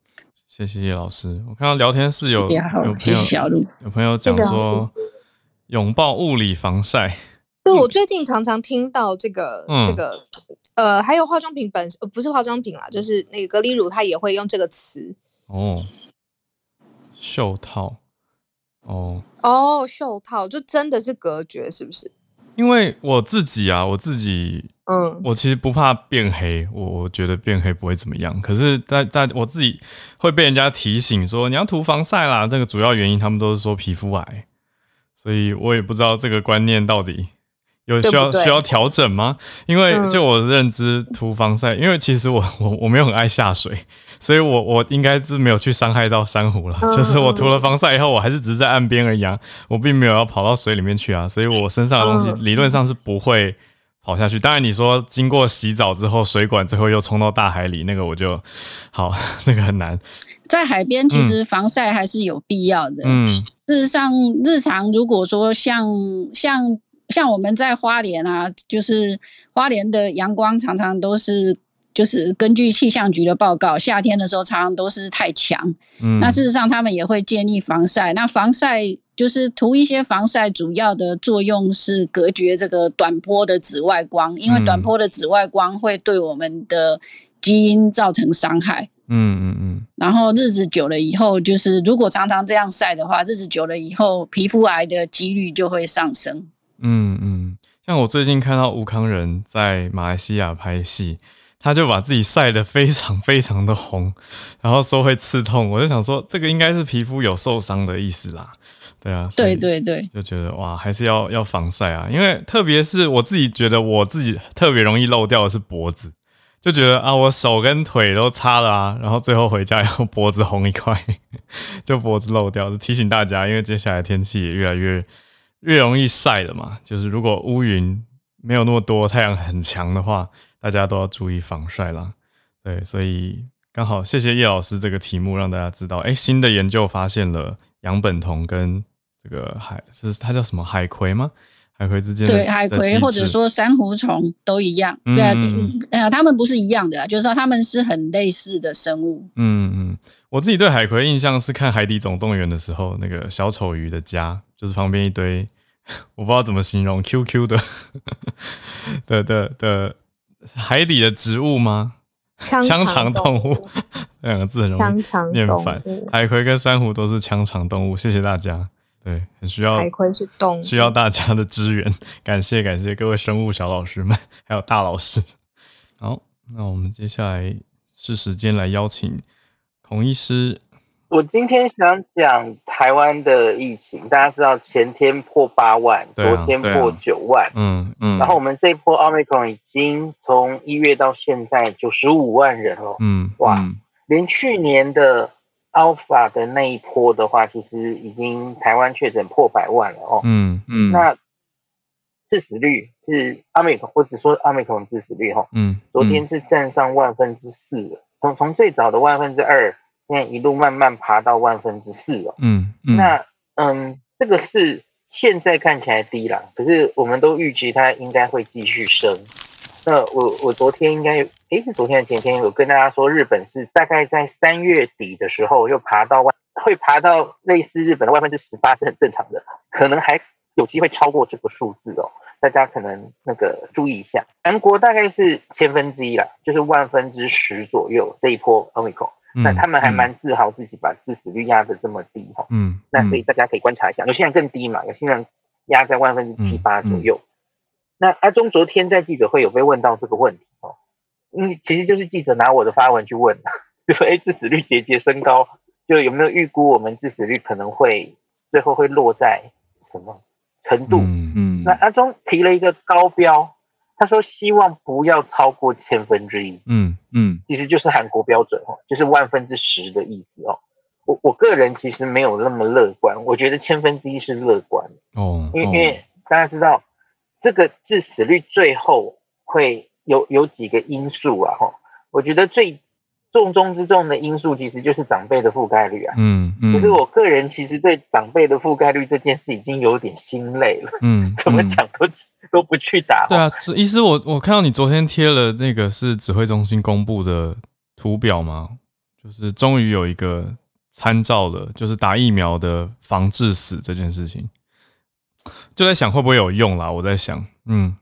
谢谢叶老师。我看到聊天室有有朋友谢谢小鹿有朋友讲说拥抱物理防晒。 对，我最近常常听到这个、嗯、这个呃，还有化妆品本呃不是化妆品啦，就是那个隔离乳，它也会用这个词。 哦，袖套。哦哦，袖套就真的是隔绝，是不是？ 因为我自己啊，我自己，嗯，我其实不怕变黑，我我觉得变黑不会怎么样。可是在，在在我自己会被人家提醒说你要涂防晒啦，这个主要原因他们都是说皮肤癌，所以我也不知道这个观念到底有需要对对需要调整吗？因为就我认知涂防晒，因为其实我我我没有很爱下水。所以我我应该是没有去伤害到珊瑚了，嗯、就是我涂了防晒以后，我还是只是在岸边而已啊，我并没有要跑到水里面去啊，所以我身上的东西理论上是不会跑下去。当然你说经过洗澡之后，水管最后又冲到大海里，那个我就好，那个很难。 在海边其实防晒还是有必要的。嗯，事实上日常如果说像像像我们在花莲啊，就是花莲的阳光常常都是。就是根据气象局的报告，夏天的时候常常都是太强。嗯，那事实上他们也会建议防晒。那防晒就是涂一些防晒，主要的作用是隔绝这个短波的紫外光，因为短波的紫外光会对我们的基因造成伤害。嗯嗯嗯。然后日子久了以后，就是如果常常这样晒的话，日子久了以后，皮肤癌的几率就会上升。 嗯嗯，像我最近看到吴慷仁在马来西亚拍戏。他就把自己晒得非常非常的红，然后说会刺痛，我就想说这个应该是皮肤有受伤的意思啦，对啊， 对对对， 就觉得哇，还是要要防晒啊，因为特别是我自己觉得我自己特别容易漏掉的是脖子，就觉得啊我手跟腿都擦了啊，然后最后回家以后脖子红一块，就脖子漏掉，就提醒大家，因为接下来天气也越来越越容易晒了嘛，就是如果乌云没有那么多，太阳很强的话。大家都要注意防晒啦，对，所以刚好谢谢叶老师这个题目，让大家知道，哎，新的研究发现了杨苯酮跟这个海是它叫什么海葵吗？海葵之间的对海葵或者说珊瑚虫都一样，对啊，嗯呃，他们不是一样的，就是说他们是很类似的生物。 嗯嗯，我自己对海葵印象是看《海底总动员》的时候，那个小丑鱼的家，就是旁边一堆我不知道怎么形容 Q Q 的的的的。海底的植物吗？ 腔肠动物，这两个字很容易念反。海葵跟珊瑚都是腔肠动物，谢谢大家。对，很需要海葵是动物， 需要大家的支援，感谢感谢各位生物小老师们，还有大老师。好，那我们接下来是时间来邀请孔医师。 我今天想讲台湾的疫情，大家知道前天破八万，啊、昨天破九万，啊、嗯嗯，然后我们这一波 Omicron 已经从一月到现在九十五万人了，嗯，哇，嗯、连去年的 Alpha 的那一波的话，其实已经台湾确诊破百万了哦，嗯嗯，那致死率是 Omicron， 我只说 Omicron 致死率哈，嗯，昨天是占上万分之四了，从从最早的万分之二。现在一路慢慢爬到万分之四了，嗯，嗯那嗯，这个是现在看起来低啦，可是我们都预期它应该会继续升。那我我昨天应该有，诶，是昨天的前天有跟大家说，日本是大概在三月底的时候又爬到万，会爬到类似日本的万分之十八是很正常的，可能还有机会超过这个数字哦。大家可能那个注意一下，韩国大概是千分之一啦，就是万分之十左右这一波 Omicron。那他们还蛮自豪自己把致死率压得这么低哈，嗯，那所以大家可以观察一下，有些人更低嘛，有些人压在万分之七八左右。嗯嗯、那阿中昨天在记者会有被问到这个问题哦，嗯，其实就是记者拿我的发文去问，就说哎，致死率节节升高，就有没有预估我们致死率可能会最后会落在什么程度？嗯嗯，那阿中提了一个高标。他说希望不要超过千分之一，嗯嗯，其实就是韩国标准哦，就是万分之十的意思哦。我我个人其实没有那么乐观，我觉得千分之一是乐观哦，因为因为大家知道这个致死率最后会有有几个因素啊哈，我觉得最重中之重的因素其实就是长辈的覆盖率啊，嗯嗯，可是我个人其实对长辈的覆盖率这件事已经有点心累了，嗯，怎么讲都都不去打。 对啊，医师，我我看到你昨天贴了那个是指挥中心公布的图表吗？ 就是终于有一个参照了，就是打疫苗的防治死这件事情，就在想会不会有用啦。我在想，嗯，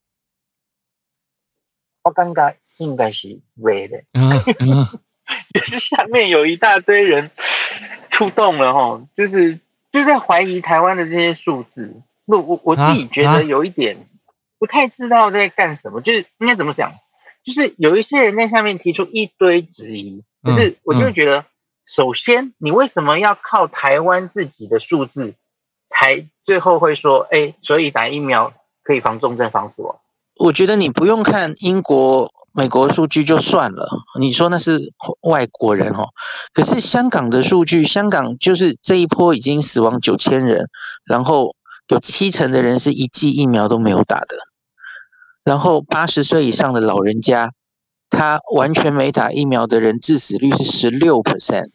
我感觉应该是伪的，就是下面有一大堆人出动了哈，就是就在怀疑台湾的这些数字。我我我自己觉得有一点不太知道在干什么，就是应该怎么讲？就是有一些人在下面提出一堆质疑，可是我就会觉得，嗯、首先你为什么要靠台湾自己的数字，才最后会说，哎，所以打疫苗可以防重症、防死亡？ 我觉得你不用看英国、美国数据就算了，你说那是外国人哦，可是香港的数据，香港就是这一波已经死亡九千人，然后有七成的人是一剂疫苗都没有打的。然后八十岁以上的老人家，他完全没打疫苗的人致死率是 百分之十六 哦 ,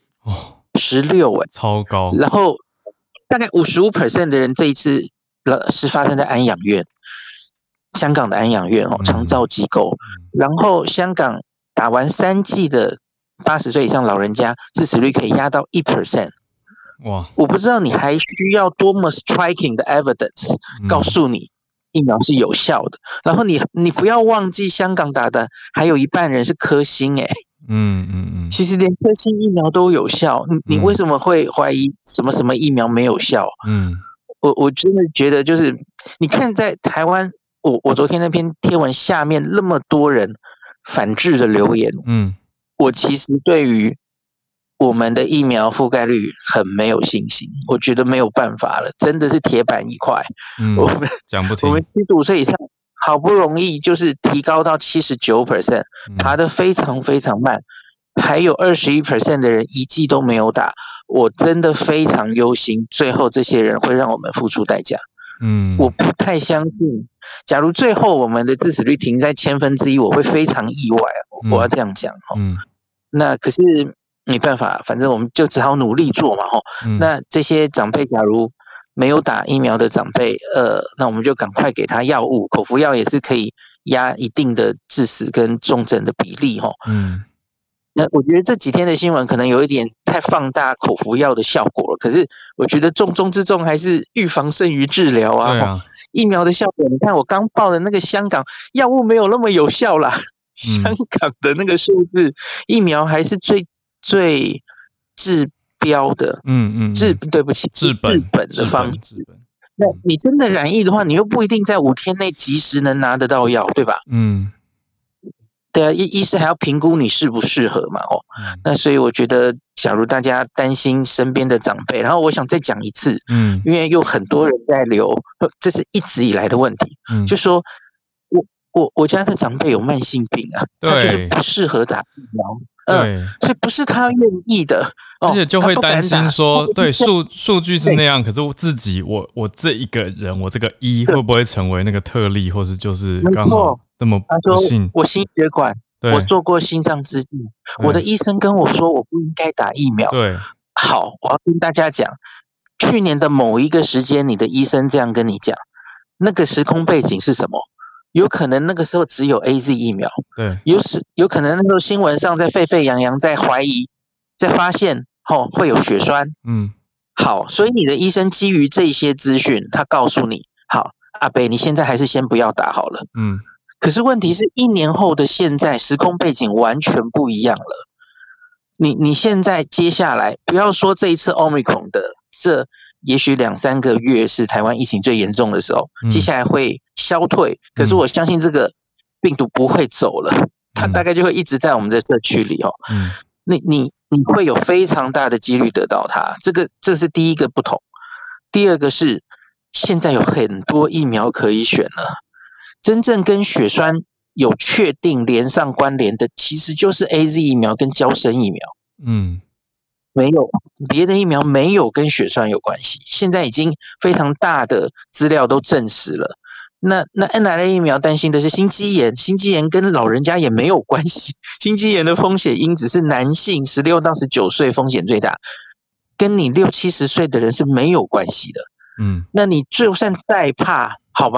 十六 哎， 超高。 然后大概 百分之五十五 的人这一次是发生在安养院，香港的安养院哦，长照机构。然后香港打完三剂的八十岁以上老人家致死率可以压到 百分之一。 哇！ 我不知道你还需要多么 striking 的 evidence 告诉你。疫苗是有效的，然后你你不要忘记香港打的还有一半人是科兴哎、欸， 嗯嗯嗯， 其实连科兴疫苗都有效，你你为什么会怀疑什么什么疫苗没有效？嗯，我我真的觉得就是你看在台湾，我我昨天那篇贴文下面那么多人反制的留言，嗯，我其实对于我们的疫苗覆盖率很没有信心，我觉得没有办法了，真的是铁板一块。 嗯， 我们讲不听。 我们七十五岁以上好不容易就是提高到 百分之七十九， 爬得非常非常慢，还有 百分之二十一 的人一剂都没有打，我真的非常忧心，最后这些人会让我们付出代价。嗯，我不太相信，假如最后我们的致死率停在千分之一，我会非常意外。嗯、我要这样讲嗯，那可是。没办法，反正我们就只好努力做嘛吼、嗯。那这些长辈假如没有打疫苗的长辈，呃，那我们就赶快给他药物，口服药也是可以压一定的致死跟重症的比例吼。嗯，那我觉得这几天的新闻可能有一点太放大口服药的效果了，可是我觉得重中之重还是预防胜于治疗啊。 对啊， 疫苗的效果，你看我刚报的那个香港药物没有那么有效啦，嗯、香港的那个数字，疫苗还是最。最治标的，嗯嗯，治对不起， 治本治本的方式。那你真的染疫的话，你又不一定在五天内及时能拿得到药，对吧？嗯，对啊，医医师还要评估你适不适合嘛，哦，嗯、那所以我觉得，假如大家担心身边的长辈，然后我想再讲一次，嗯，因为有很多人在留，这是一直以来的问题，嗯，就说我我我家的长辈有慢性病啊，他就是不适合打疫苗。 对， 所以不是他愿意的， 而且就会担心说，对数数据是那样，可是我自己，我我这一个人，我这个一会不会成为那个特例，或是就是刚好这么不幸？ 我心血管，我做过心脏支架，我的医生跟我说我不应该打疫苗。 对， 好，我要跟大家讲，去年的某一个时间，你的医生这样跟你讲，那个时空背景是什么？有可能那个时候只有 A Z 疫苗， 对， 有时有可能那时候新闻上在沸沸扬扬，在怀疑，在发现后、哦、会有血栓，嗯，好，所以你的医生基于这些资讯，他告诉你，好，阿伯，你现在还是先不要打好了，嗯，可是问题是一年后的现在，时空背景完全不一样了，你你现在接下来不要说这一次 Omicron 的这。也许两三个月是台湾疫情最严重的时候，嗯、接下来会消退。可是我相信这个病毒不会走了，嗯、它大概就会一直在我们的社区里哦。嗯，你你你会有非常大的几率得到它，这个这是第一个不同。第二个是现在有很多疫苗可以选了，真正跟血栓有确定连上关联的，其实就是 A Z 疫苗跟嬌生疫苗。嗯。没有别的疫苗没有跟血栓有关系，现在已经非常大的资料都证实了。那那 N R N 疫苗担心的是心肌炎，心肌炎跟老人家也没有关系，心肌炎的风险因子是男性十六到十九岁风险最大，跟你六七十岁的人是没有关系的。嗯，那你就算再怕，好吧，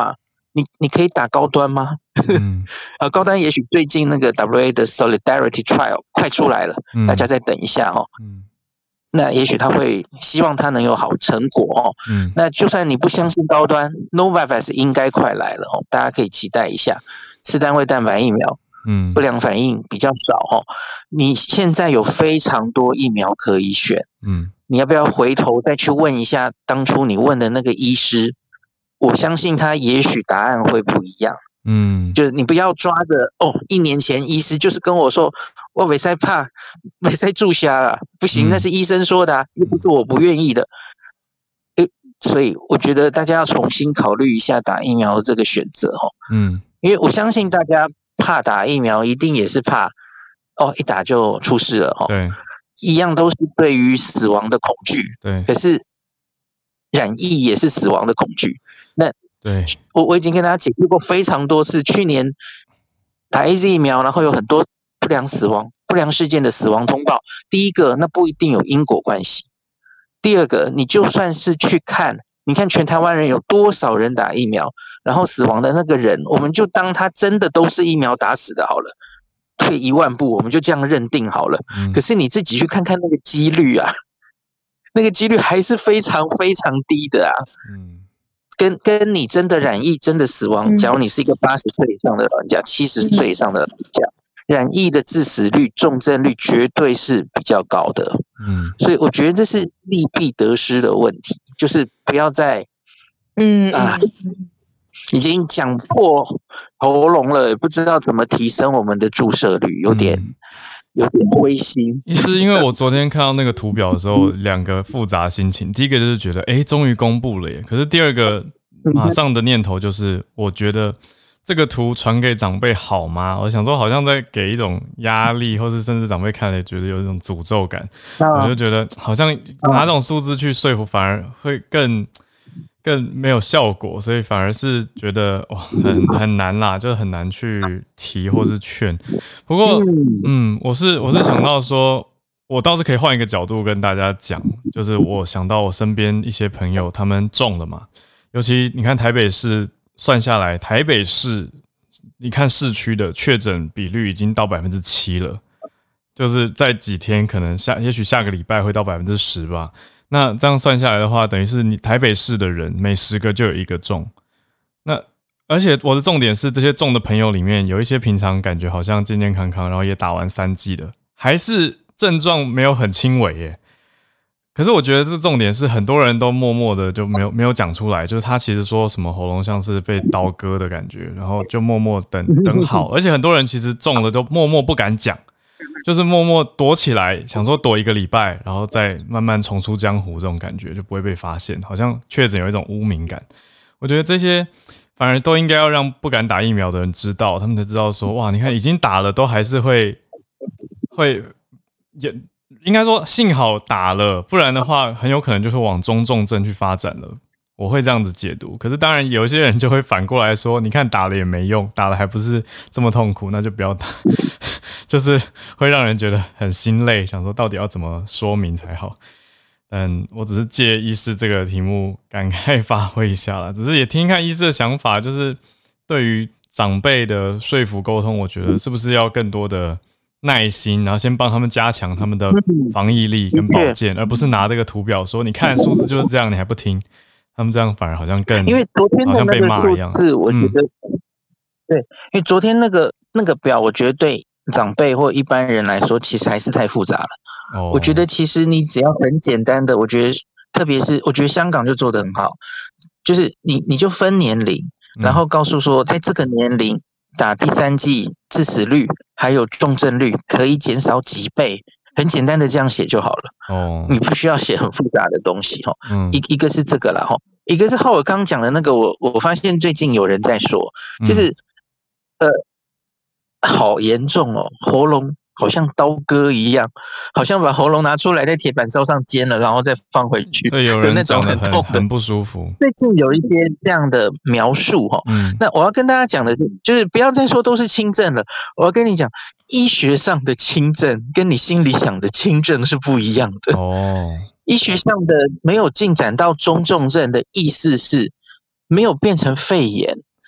你你可以打高端吗？嗯、呃，高端也许最近那个 W A 的 Solidarity Trial 快出来了，嗯、大家再等一下哦。嗯，那也许他会希望他能有好成果哦。嗯，那就算你不相信高端 ，Novavax 应该快来了哦，大家可以期待一下。次单位蛋白疫苗，嗯，不良反应比较少哦。你现在有非常多疫苗可以选，嗯，你要不要回头再去问一下当初你问的那个医师？我相信他也许答案会不一样，嗯，就是你不要抓着哦，一年前医师就是跟我说我没在怕，没在注瞎了，不行，那是医生说的啊，又不是我不愿意的，诶，所以我觉得大家要重新考虑一下打疫苗的这个选择哦，嗯，因为我相信大家怕打疫苗，一定也是怕哦，一打就出事了哈，对，一样都是对于死亡的恐惧，对，可是染疫也是死亡的恐惧。那对我我已经跟大家解释过非常多次，去年打 A Z 疫苗，然后有很多不良死亡、不良事件的死亡通报。第一个，那不一定有因果关系；第二个，你就算是去看，你看全台湾人有多少人打疫苗，然后死亡的那个人，我们就当他真的都是疫苗打死的好了。退一万步，我们就这样认定好了。嗯、可是你自己去看看那个几率啊，那个几率还是非常非常低的啊。嗯。跟跟你真的染疫、真的死亡，假如你是一个八十岁以上的老人家、七十岁以上的老人家，染疫的致死率、重症率绝对是比较高的。嗯，所以我觉得这是利弊得失的问题，就是不要再嗯啊，已经讲破喉咙了，也不知道怎么提升我们的注射率，有点。嗯有点灰心， 是因为我昨天看到那个图表的时候，两个复杂心情。第一个就是觉得，哎，终于公布了耶。可是第二个，马上的念头就是，我觉得这个图传给长辈好吗？我想说，好像在给一种压力，或是甚至长辈看了觉得有一种诅咒感。我就觉得，好像拿这种数字去说服，反而会更。更没有效果，所以反而是觉得哇很很难啦，就是很难去提或是劝。不过，嗯，我是我是想到说，我倒是可以换一个角度跟大家讲，就是我想到我身边一些朋友他们中了嘛，尤其你看台北市算下来，台北市你看市区的确诊比率已经到百分之七了，就是在几天可能下，也许下个礼拜会到百分之十吧。那这样算下来的话，等于是你台北市的人每十个就有一个中。那而且我的重点是，这些中的朋友里面有一些平常感觉好像健健康康，然后也打完三剂的，还是症状没有很轻微耶。可是我觉得这重点是很多人都默默的就没有没有讲出来，就是他其实说什么喉咙像是被刀割的感觉，然后就默默等等好，而且很多人其实中了都默默不敢讲。就是默默躲起来，想说躲一个礼拜，然后再慢慢重出江湖，这种感觉就不会被发现，好像确诊有一种污名感。我觉得这些反而都应该要让不敢打疫苗的人知道，他们才知道说，哇，你看已经打了，都还是会会也应该说幸好打了，不然的话很有可能就会往中重症去发展了。我会这样子解读，可是当然有一些人就会反过来说，你看打了也没用，打了还不是这么痛苦，那就不要打，就是会让人觉得很心累，想说到底要怎么说明才好。但我只是借医师这个题目感慨发挥一下啦，只是也听听看医师的想法，就是对于长辈的说服沟通，我觉得是不是要更多的耐心，然后先帮他们加强他们的防疫力跟保健，而不是拿这个图表说，你看数字就是这样，你还不听。他们这样反而好像更， 因为昨天的那个数字，我觉得、嗯，对，因为昨天那个那个表，我觉得对长辈或一般人来说，其实还是太复杂了。哦，我觉得其实你只要很简单的，我觉得特别是我觉得香港就做得很好，就是你你就分年龄，然后告诉说，在这个年龄打第三剂致死率还有重症率可以减少几倍。很简单的这样写就好了，哦，你不需要写很复杂的东西哈。嗯，一一个是这个啦哈，一个是浩尔刚讲的那个，我我发现最近有人在说，就是、嗯、呃，好严重哦，喉咙好像刀割一样，好像把喉咙拿出来在铁板烧上煎了，然后再放回去， 对，有人讲得很很不舒服。 最近有一些这样的描述哈，嗯，那我要跟大家讲的就是不要再说都是轻症了，我要跟你讲。医学上的轻症跟你心里想的轻症是不一样的哦。医学上的没有进展到中重症的意思是没有变成肺炎，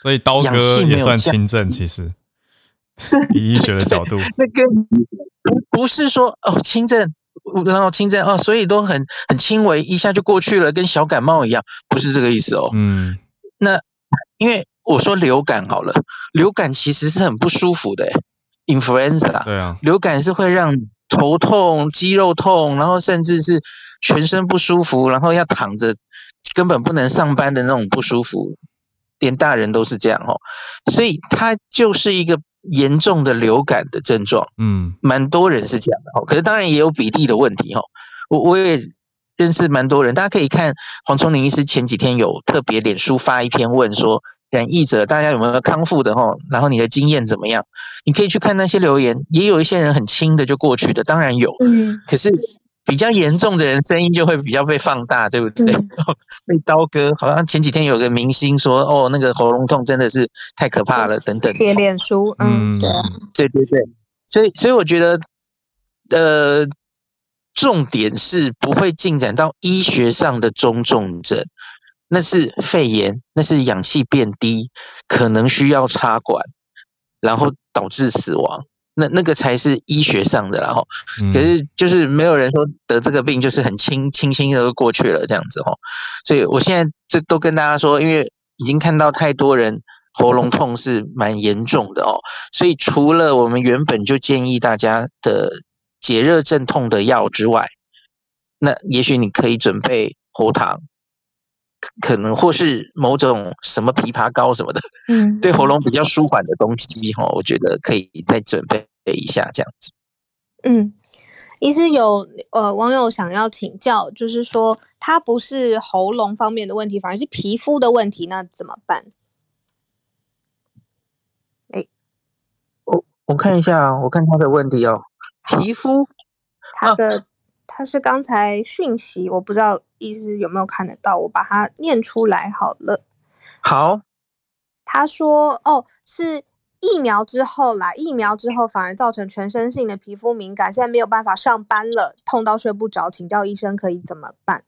所以刀割也算轻症，其实以医学的角度， 那个不不是说哦轻症，然后轻症哦，所以都很很轻微，一下就过去了，跟小感冒一样，不是这个意思哦。嗯，那因为我说流感好了，流感其实是很不舒服的 ，influenza， 对啊， 流感是会让头痛、肌肉痛，然后甚至是全身不舒服，然后要躺着，根本不能上班的那种不舒服。连大人都是这样哦，所以它就是一个严重的流感的症状，嗯，蛮多人是这样的哦。可是当然也有比例的问题哦。我我也认识蛮多人，大家可以看黄聪宁医师前几天有特别脸书发一篇问说，染疫者大家有没有康复的哦？然后你的经验怎么样？你可以去看那些留言，也有一些人很轻的就过去的，当然有，嗯，可是比较严重的人声音就会比较被放大，对不对？嗯、被刀割，好像前几天有个明星说，哦，那个喉咙痛真的是太可怕了，等等。 写脸书，嗯， 对，对对对，所以所以我觉得，呃，重点是不会进展到医学上的中重症，那是肺炎，那是氧气变低，可能需要插管，然后导致死亡。那那个才是医学上的啦吼，可是就是没有人说得这个病就是很轻轻轻的就过去了这样子吼，所以我现在这都跟大家说，因为已经看到太多人喉咙痛是蛮严重的哦，所以除了我们原本就建议大家的解热镇痛的药之外，那也许你可以准备喉糖。可能或是某种什么枇杷膏什么的，嗯，对喉咙比较舒缓的东西哈，我觉得可以再准备一下这样子。 嗯，医师有呃网友想要请教，就是说他不是喉咙方面的问题，反而是皮肤的问题，那怎么办？ 哎，我我看一下，我看他的问题哦，皮肤， 他的。啊他是刚才讯息，我不知道医师有没有看得到，我把它念出来好了。 好， 他说哦，是疫苗之后啦，疫苗之后反而造成全身性的皮肤敏感，现在没有办法上班了，痛到睡不着，请教医生可以怎么办？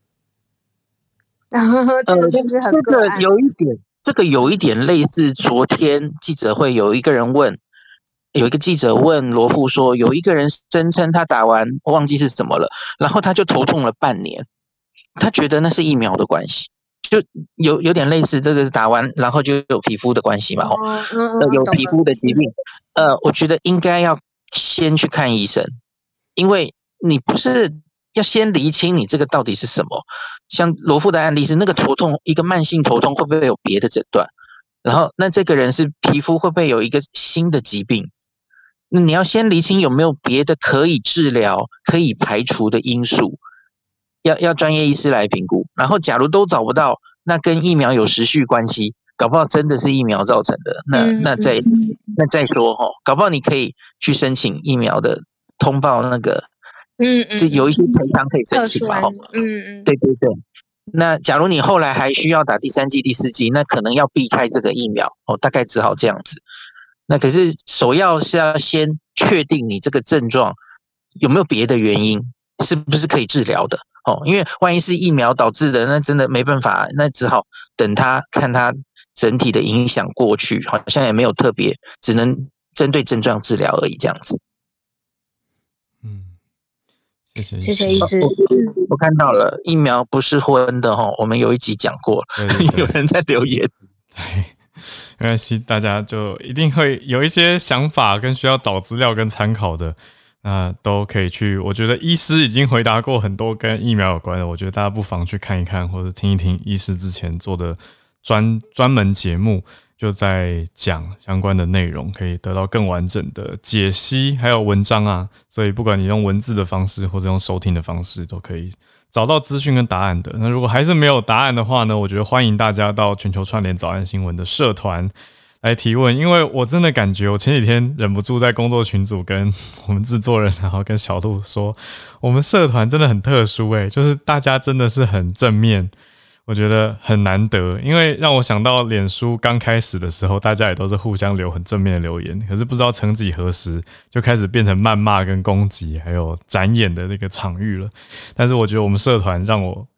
这个是不是很个案？ 呃、这个有一点，这个有一点类似昨天记者会有一个人问。有一个记者问罗富说，有一个人声称他打完，我忘记是怎么了，然后他就头痛了半年，他觉得那是疫苗的关系，就有有点类似这个打完，然后就有皮肤的关系嘛，哦，呃、有皮肤的疾病，呃，我觉得应该要先去看医生，因为你不是要先厘清你这个到底是什么。像罗富的案例是那个头痛，一个慢性头痛会不会有别的诊断？然后那这个人是皮肤会不会有一个新的疾病？那你要先厘清有没有别的可以治疗、可以排除的因素，要要专业医师来评估。然后，假如都找不到，那跟疫苗有时序关系，搞不好真的是疫苗造成的。那那再那再说哈，搞不好你可以去申请疫苗的通报那个，嗯嗯，这有一些赔偿可以申请嘛？嗯嗯，对对对。那假如你后来还需要打第三剂、第四剂，那可能要避开这个疫苗哦，大概只好这样子。那可是首要是要先确定你这个症状有没有别的原因，是不是可以治疗的哦？因为万一是疫苗导致的，那真的没办法，那只好等它看它整体的影响过去，好像也没有特别，只能针对症状治疗而已，这样子。 嗯，谢谢谢谢医师。 我, 我看到了，疫苗不是荤的哈，我们有一集讲过，对对对有人在留言。 对。没关系，大家就一定会有一些想法跟需要找资料跟参考的，那都可以去。我觉得医师已经回答过很多跟疫苗有关的，我觉得大家不妨去看一看或者听一听医师之前做的专专门节目，就在讲相关的内容，可以得到更完整的解析，还有文章啊。所以不管你用文字的方式或者用收听的方式，都可以找到资讯跟答案的。那如果还是没有答案的话呢，我觉得欢迎大家到全球串联早安新闻的社团来提问，因为我真的感觉我前几天忍不住在工作群组跟我们制作人，然后跟小鹿说，我们社团真的很特殊诶、欸，就是大家真的是很正面。我觉得很难得，因为让我想到脸书刚开始的时候，大家也都是互相留很正面的留言，可是不知道曾几何时就开始变成谩骂跟攻击，还有展演的那个场域了。但是我觉得我们社团让我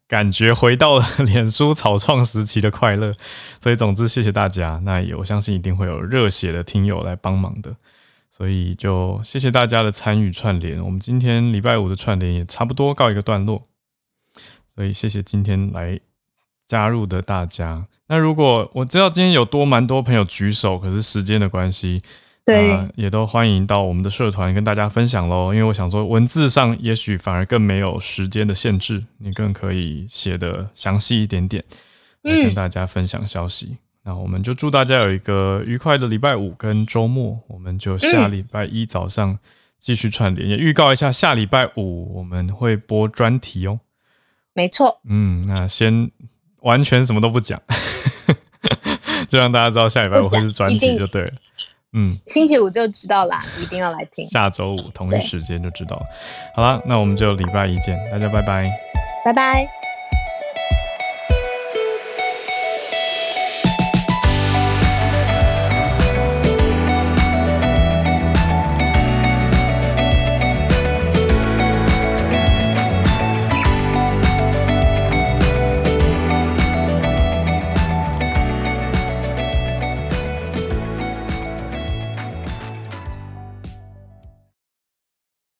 感觉回到了脸书草创时期的快乐。所以总之谢谢大家，那也我相信一定会有热血的听友来帮忙的，所以就谢谢大家的参与串联。我们今天礼拜五的串联也差不多告一个段落，所以谢谢今天来加入的大家。那如果我知道今天有多蛮多朋友举手，可是时间的关系，对、呃，也都欢迎到我们的社团跟大家分享咯。因为我想说文字上也许反而更没有时间的限制，你更可以写得详细一点点来跟大家分享消息、嗯、那我们就祝大家有一个愉快的礼拜五跟周末，我们就下礼拜一早上继续串联、嗯、也预告一下下礼拜五我们会播专题哦。 没错， 嗯，那先完全什么都不讲就让大家知道下礼拜五会是专题就对了。嗯， 星期五就知道啦，一定要来听。 下周五同一时间就知道了。好啦，那我们就礼拜一见，大家拜拜， 拜拜。